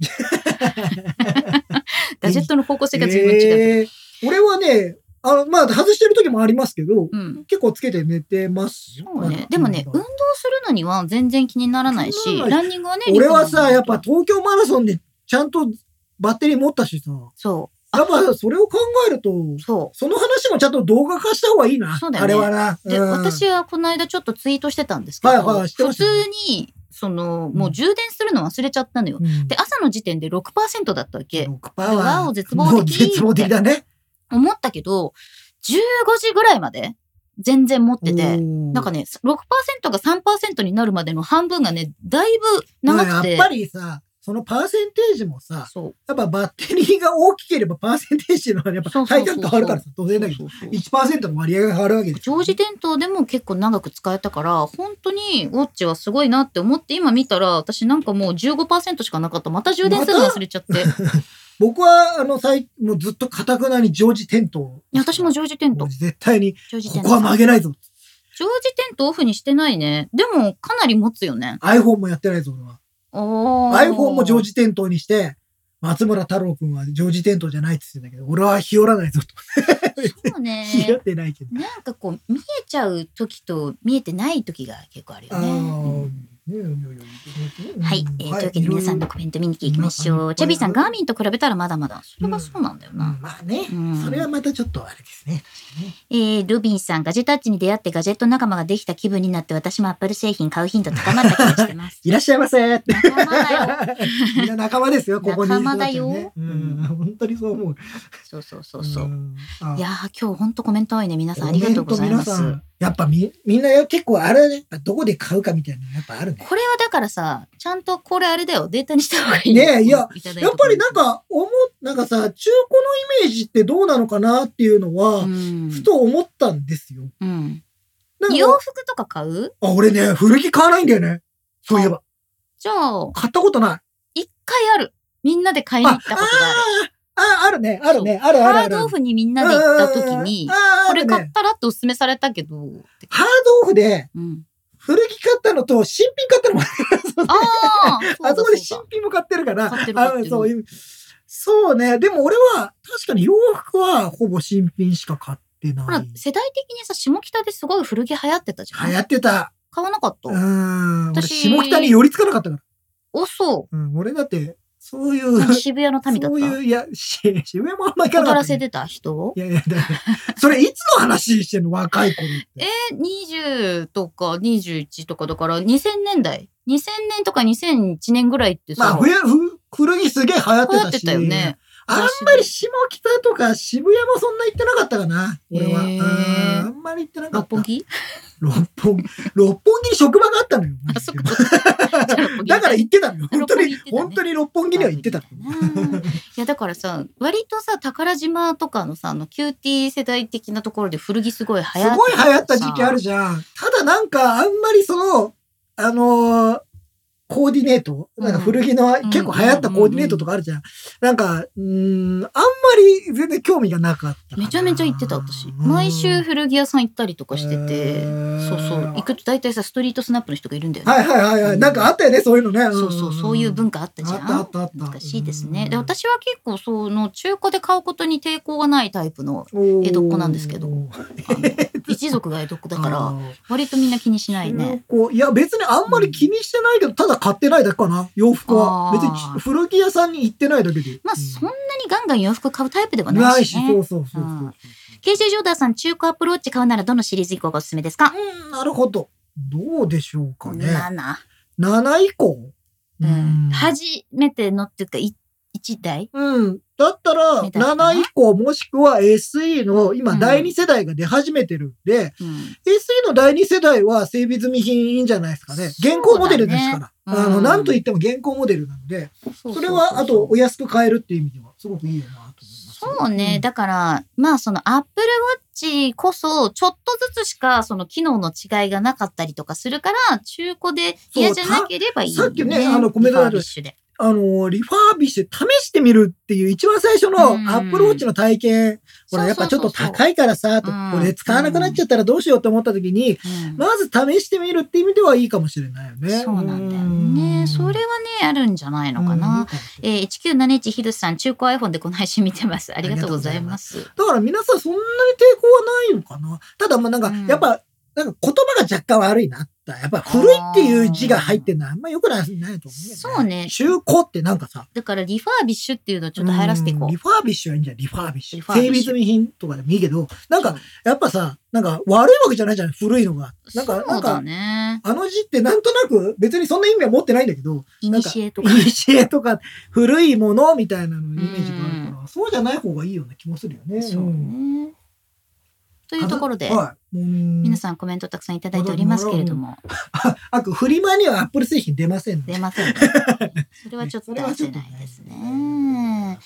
ガジェットの方向性が随分違う。 俺はね、まあ、外してる時もありますけど、結構つけて寝てますよ。 そうね。でもね、運動するのには全然気にならないし、ランニングはね、 俺はさ、やっぱ東京マラソンでちゃんとバッテリー持ったしさ。 そう。 やっぱそれを考えると、その話もちゃんと動画化した方がいいな。 そうだよね。 あれはな。 で、私はこの間ちょっとツイートしてたんですけど、普通に、もう充電するの忘れちゃったのよ。で、朝の時点で 6% だったわけ。 6%は。 絶望的。 絶望的だね。 思ったけど、15時ぐらいまで全然持ってて、なんかね、6% が 3% になるまでの半分がね、だいぶ長くて。 やっぱりさ、そのパーセンテージもさ、やっぱバッテリーが大きければパーセンテージのやっぱ体感変わるからさ、当然だけど、1% の割合が変わるわけですよ。常時点灯でも結構長く使えたから、本当にウォッチはすごいなって思って、今見たら、私なんかもう 15% しかなかった。また充電するの忘れちゃって。 僕は、もうずっと堅くなに常時点灯。 私も常時点灯。 絶対に、ここは曲げないぞ。 常時点灯オフにしてないね。でも、かなり持つよね。 iPhone もやってないぞ、俺は。iPhone も常時点灯にして、松村太郎くんは常時点灯じゃないって言ってたけど、俺は日和らないぞと。 そうね。 日和ってないけど。 なんかこう、見えちゃう時と見えてない時が結構あるよね。はい。というわけで皆さんのコメント見に行きましょう。チャビーさん、ガーミンと比べたらまだまだ。それはそうなんだよな。 まあね。それはまたちょっとあれですね。 ルビンさん、ガジェタッチに出会ってガジェット仲間ができた気分になって私もアップル製品買う頻度高まった気がしてます。 いらっしゃいませ。 仲間だよ。 みんな仲間ですよ、ここに。 仲間だよ。 本当にそう思う。 そう。いやー、今日本当コメント多いね。皆さんありがとうございます。 やっぱみんな結構あれね、どこで買うかみたいなのやっぱあるね。 これはだからさ、ちゃんとこれあれだよ、データにした方がいいね。いや、やっぱりなんかさ、中古のイメージってどうなのかなっていうのは、ふと思ったんですよ。 洋服とか買う？ 俺ね、古着買わないんだよね。そういえば。 じゃあ、 買ったことない。 一回ある。みんなで買いに行ったことがある。 あるね。ハードオフにみんなで行った時に、これ買ったらっておすすめされたけど。 ハードオフで、古着買ったのと新品買ったのもあそこで新品も買ってるから。そうね。でも俺は、確かに洋服はほぼ新品しか買ってない。 ほら、世代的にさ、下北ですごい古着流行ってたじゃん。 流行ってた。 買わなかった？ 私、下北に寄りつかなかったから。 そう。 俺だって、 そういう。 渋谷の民だった。 そういう、いや、渋谷もあんまり行かなかった、ね。 踊らせてた人を。 いや、それいつの話してんの若い頃って。 20とか21とかだから2000年代。2000年とか2001年ぐらいってさ。 まあ、古着すげえ流行ってたし。 流行ってたよね。 あんまり下北とか渋谷もそんな行ってなかったかな、俺は。あんまり行ってなかった。六本木に職場があったのよ。 あ、そっか。 だから行ってたのよ。本当に六本木には行ってたの。 いや、だからさ、割とさ、宝島とかのさ、キューティー世代的なところで古着すごい流行った。 すごい流行った時期あるじゃん。ただなんか、あんまりコーディネートなんか古着の結構流行ったコーディネートとかあるじゃん。なんか、あんまり全然興味がなかった。 めちゃめちゃ行ってた私。毎週古着屋さん行ったりとかしてて、そうそう。行くと大体さ、ストリートスナップの人がいるんだよね。 はい。なんかあったよね、そういうのね。 そういう文化あったじゃん。 あった。 難しいですね。で、私は結構中古で買うことに抵抗がないタイプの江戸っ子なんですけど、一族が江戸っ子だから、割とみんな気にしないね。 いや、別にあんまり気にしてないけど、ただ買ってないだけかな、洋服は。別に古着屋さんに行ってないだけで。 まあ、そんなにガンガン洋服買うタイプではないしね。 そう。 KJ ジョーダーさん、中古アプローチ買うならどのシリーズ以降がおすすめですか？ なるほど。どうでしょうかね。 7 以降。 初めてのっていうか、1台？ だったら、7以降もしくは SE の今第2世代が出始めてるんで、SE の第2世代は整備済み品いいんじゃないですかね。現行モデルですから。なんといっても現行モデルなので、それはあとお安く買えるっていう意味ではすごくいいよなと思います。 そうね。だから、まあApple Watchこそちょっとずつしか機能の違いがなかったりとかするから、中古で嫌じゃなければいいよね。 さっきね、コメントがある。リファービッシュ試してみるっていう一番最初のアップルウォッチの体験、ほらやっぱちょっと高いからさ、これ使わなくなっちゃったらどうしようと思った時に、まず試してみるっていう意味ではいいかもしれないよね。 そうなんだよね。それはね、あるんじゃないのかな。1971ヒルさん、中古 iPhone でこの配信見てます。ありがとうございます。 だから皆さんそんなに抵抗はないのかな。ただなんか、やっぱ、なんか言葉が若干悪いな。やっぱ古いっていう字が入ってるのはあんま良くないと思うよね。 そうね。 中古ってなんかさ。 だからリファービッシュっていうのをちょっと流行らせていこう。 リファービッシュはいいんじゃん。リファービッシュ。整備済み品とかでもいいけど、なんか、やっぱさ、なんか悪いわけじゃないじゃん。古いのが。なんか、 そうだね。 あの字ってなんとなく別にそんな意味は持ってないんだけど。 イニシエとか。 イニシエとか、古いものみたいなのイメージがあるから、そうじゃない方がいいような気もするよね。 そうね。というところで、皆さんコメントたくさんいただいておりますけれども。 フリマにはアップル製品出ませんね。 出ませんね。それはちょっと出せないですね。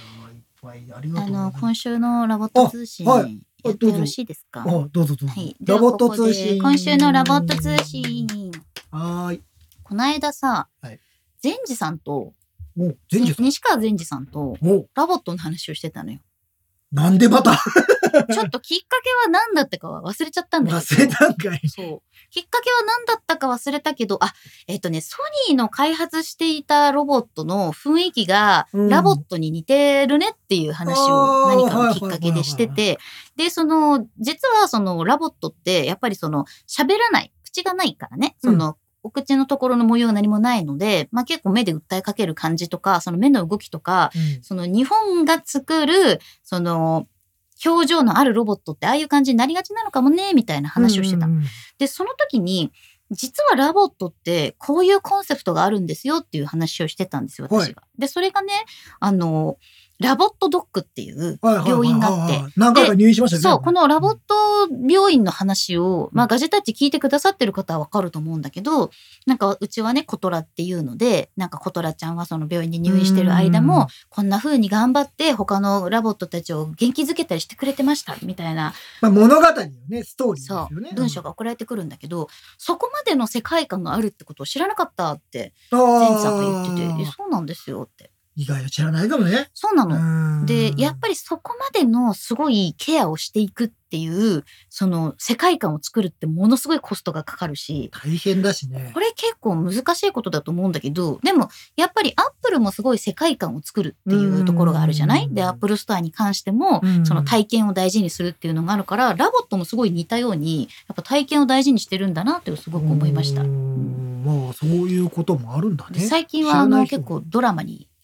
今週のラボット通信、やってよろしいですか？ どうぞ。 はい。ラボット通信。今週のラボット通信。この間さ、善治さんと、西川善治さんと、ラボットの話をしてたのよ。 なんでまたちょっときっかけは何だったかは忘れちゃったんだけど。 忘れたんかい。 そう。きっかけは何だったか忘れたけど、ソニーの開発していたロボットの雰囲気がラボットに似てるねっていう話を何かのきっかけでしてて、で、実はラボットってやっぱり喋らない、口がないからね、お口のところの模様が何もないので、まあ結構目で訴えかける感じとか、目の動きとか、日本が作る、表情のあるロボットってああいう感じになりがちなのかもね、みたいな話をしてた。で、その時に、実はラボットってこういうコンセプトがあるんですよっていう話をしてたんですよ、私が。で、それがね、ラボットドッグっていう病院があって。 何回か入院しましたね。 そう、このラボット病院の話を、まあガジェタッチ聞いてくださってる方はわかると思うんだけど、なんかうちはね、コトラっていうので、なんかコトラちゃんはその病院に入院してる間も、こんな風に頑張って他のラボットたちを元気づけたりしてくれてました、みたいな。 まあ物語よね、ストーリーですよね。 そう、文章が送られてくるんだけど、そこまでの世界観があるってことを知らなかったって、善治さんが言ってて、そうなんですよって。 意外と知らないかもね。 そうなの。で、やっぱりそこまでのすごいケアをしていくっていう、世界観を作るってものすごいコストがかかるし。 大変だしね。 これ結構難しいことだと思うんだけど、でも、やっぱりアップルもすごい世界観を作るっていうところがあるじゃないで、アップルストアに関しても、その体験を大事にするっていうのがあるから、ラボットもすごい似たように、やっぱ体験を大事にしてるんだなってすごく思いました。 まあ、そういうこともあるんだね。 最近は結構ドラマに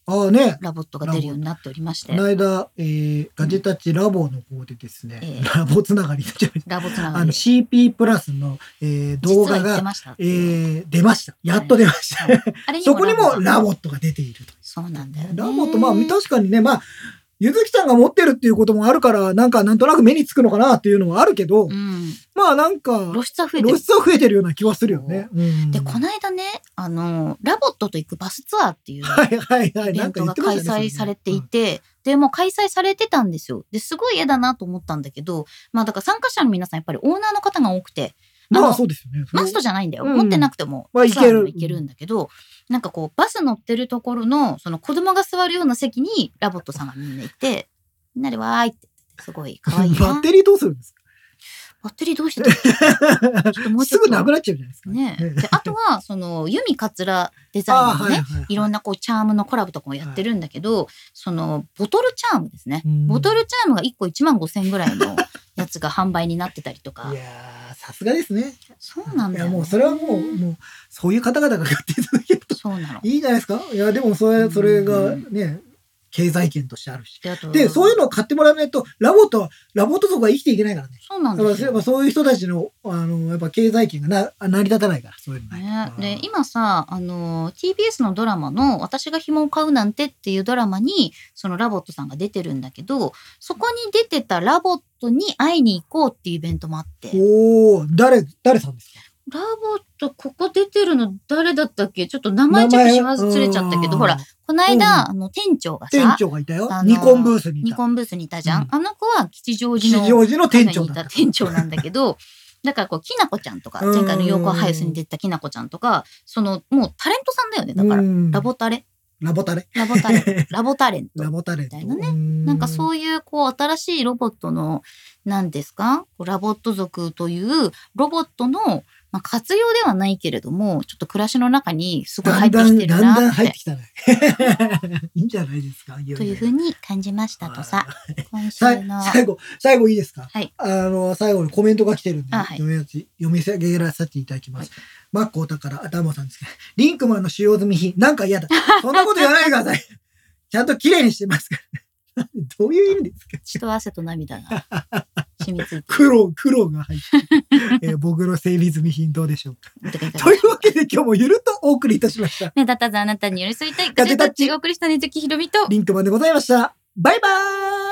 ああね。 ラボットが出るようになっておりまして。 この間、ガジェタッチラボの方でですね、ラボつながりラボつながり。 CP プラスの、動画が、出ました。やっと出ました。そこにもラボットが出ていると。 そうなんだよね。 ラボット、まあ確かにね、まあ、ゆずきさんが持ってるっていうこともあるから、なんとなく目につくのかなっていうのはあるけど、まあなんか、露出は増えてるような気はするよね。 で、この間ね、ラボットと行くバスツアーっていうイベントが開催されていて、で、もう開催されてたんですよ。で、すごい嫌だなと思ったんだけど、まあだから参加者の皆さんやっぱりオーナーの方が多くて、 まあそうですよね。 マストじゃないんだよ。持ってなくても、ツアーも行けるんだけど、なんかこう、バス乗ってるところの、その子供が座るような席にラボットさんがみんないて、みんなでわーいって、すごい可愛いな。 バッテリーどうするんですか？ バッテリーどうしてたっけ？ちょっともうちょっとすぐなくなっちゃうじゃないですか。 ね。で、あとは、弓桂デザインのね、いろんなこう、チャームのコラボとかもやってるんだけど、ボトルチャームですね。ボトルチャームが1個15,000円ぐらいのやつが販売になってたりとか。 いやー、さすがですね。 そうなんだよ、ね。 いや、もうそれはもう、そういう方々が買っていただけると。 そうなの。 いいじゃないですか。いや、でもそれがね、経済圏としてあるし。で、そういうのを買ってもらわないと、ラボット族が生きていけないからね。 そうなんですよ。 そういう人たちの、やっぱ経済圏が成り立たないから、そういうのね。で、今さ、TBS のドラマの、私が紐を買うなんてっていうドラマに、そのラボットさんが出てるんだけど、そこに出てたラボットに会いに行こうっていうイベントもあって。 おー、誰さんですか？ ラボット、ここ出てるの誰だったっけ？ちょっと名前チェックし忘れちゃったけど、ほら、この間、店長がさ、 店長がいたよ。ニコンブースにいたじゃん。あの子は吉祥寺の店長だった。 店長なんだけど、だからきなこちゃんとか、前回のヨーコアハイスに出たきなこちゃんとか、もうタレントさんだよね。だから、ラボタレント。みたいなね。なんかそういう新しいロボットの、何ですか？ラボット族というロボットの、活用ではないけれども、ちょっと暮らしの中にすごい入ってきてるなって。 だんだん入ってきたね。いいんじゃないですか。 というふうに感じましたとさ。今週の最後いいですか？ はい。 最後にコメントが来てるんで、 はい、 読み上げらせていただきます。はい、マックお宝、ダモさんですけど、リンクマンの使用済み品、なんか嫌だ。そんなこと言わないでください。ちゃんと綺麗にしてますから。どういう意味ですか？ 血と汗と涙が染みついて苦労が入って、僕の整備済み品どうでしょうか。というわけで今日もゆるっとお送りいたしました。 目立たずあなたに寄り添いたいガジェタッチお送りしたねずきひろみとリンクマンでございました。バイバーイ。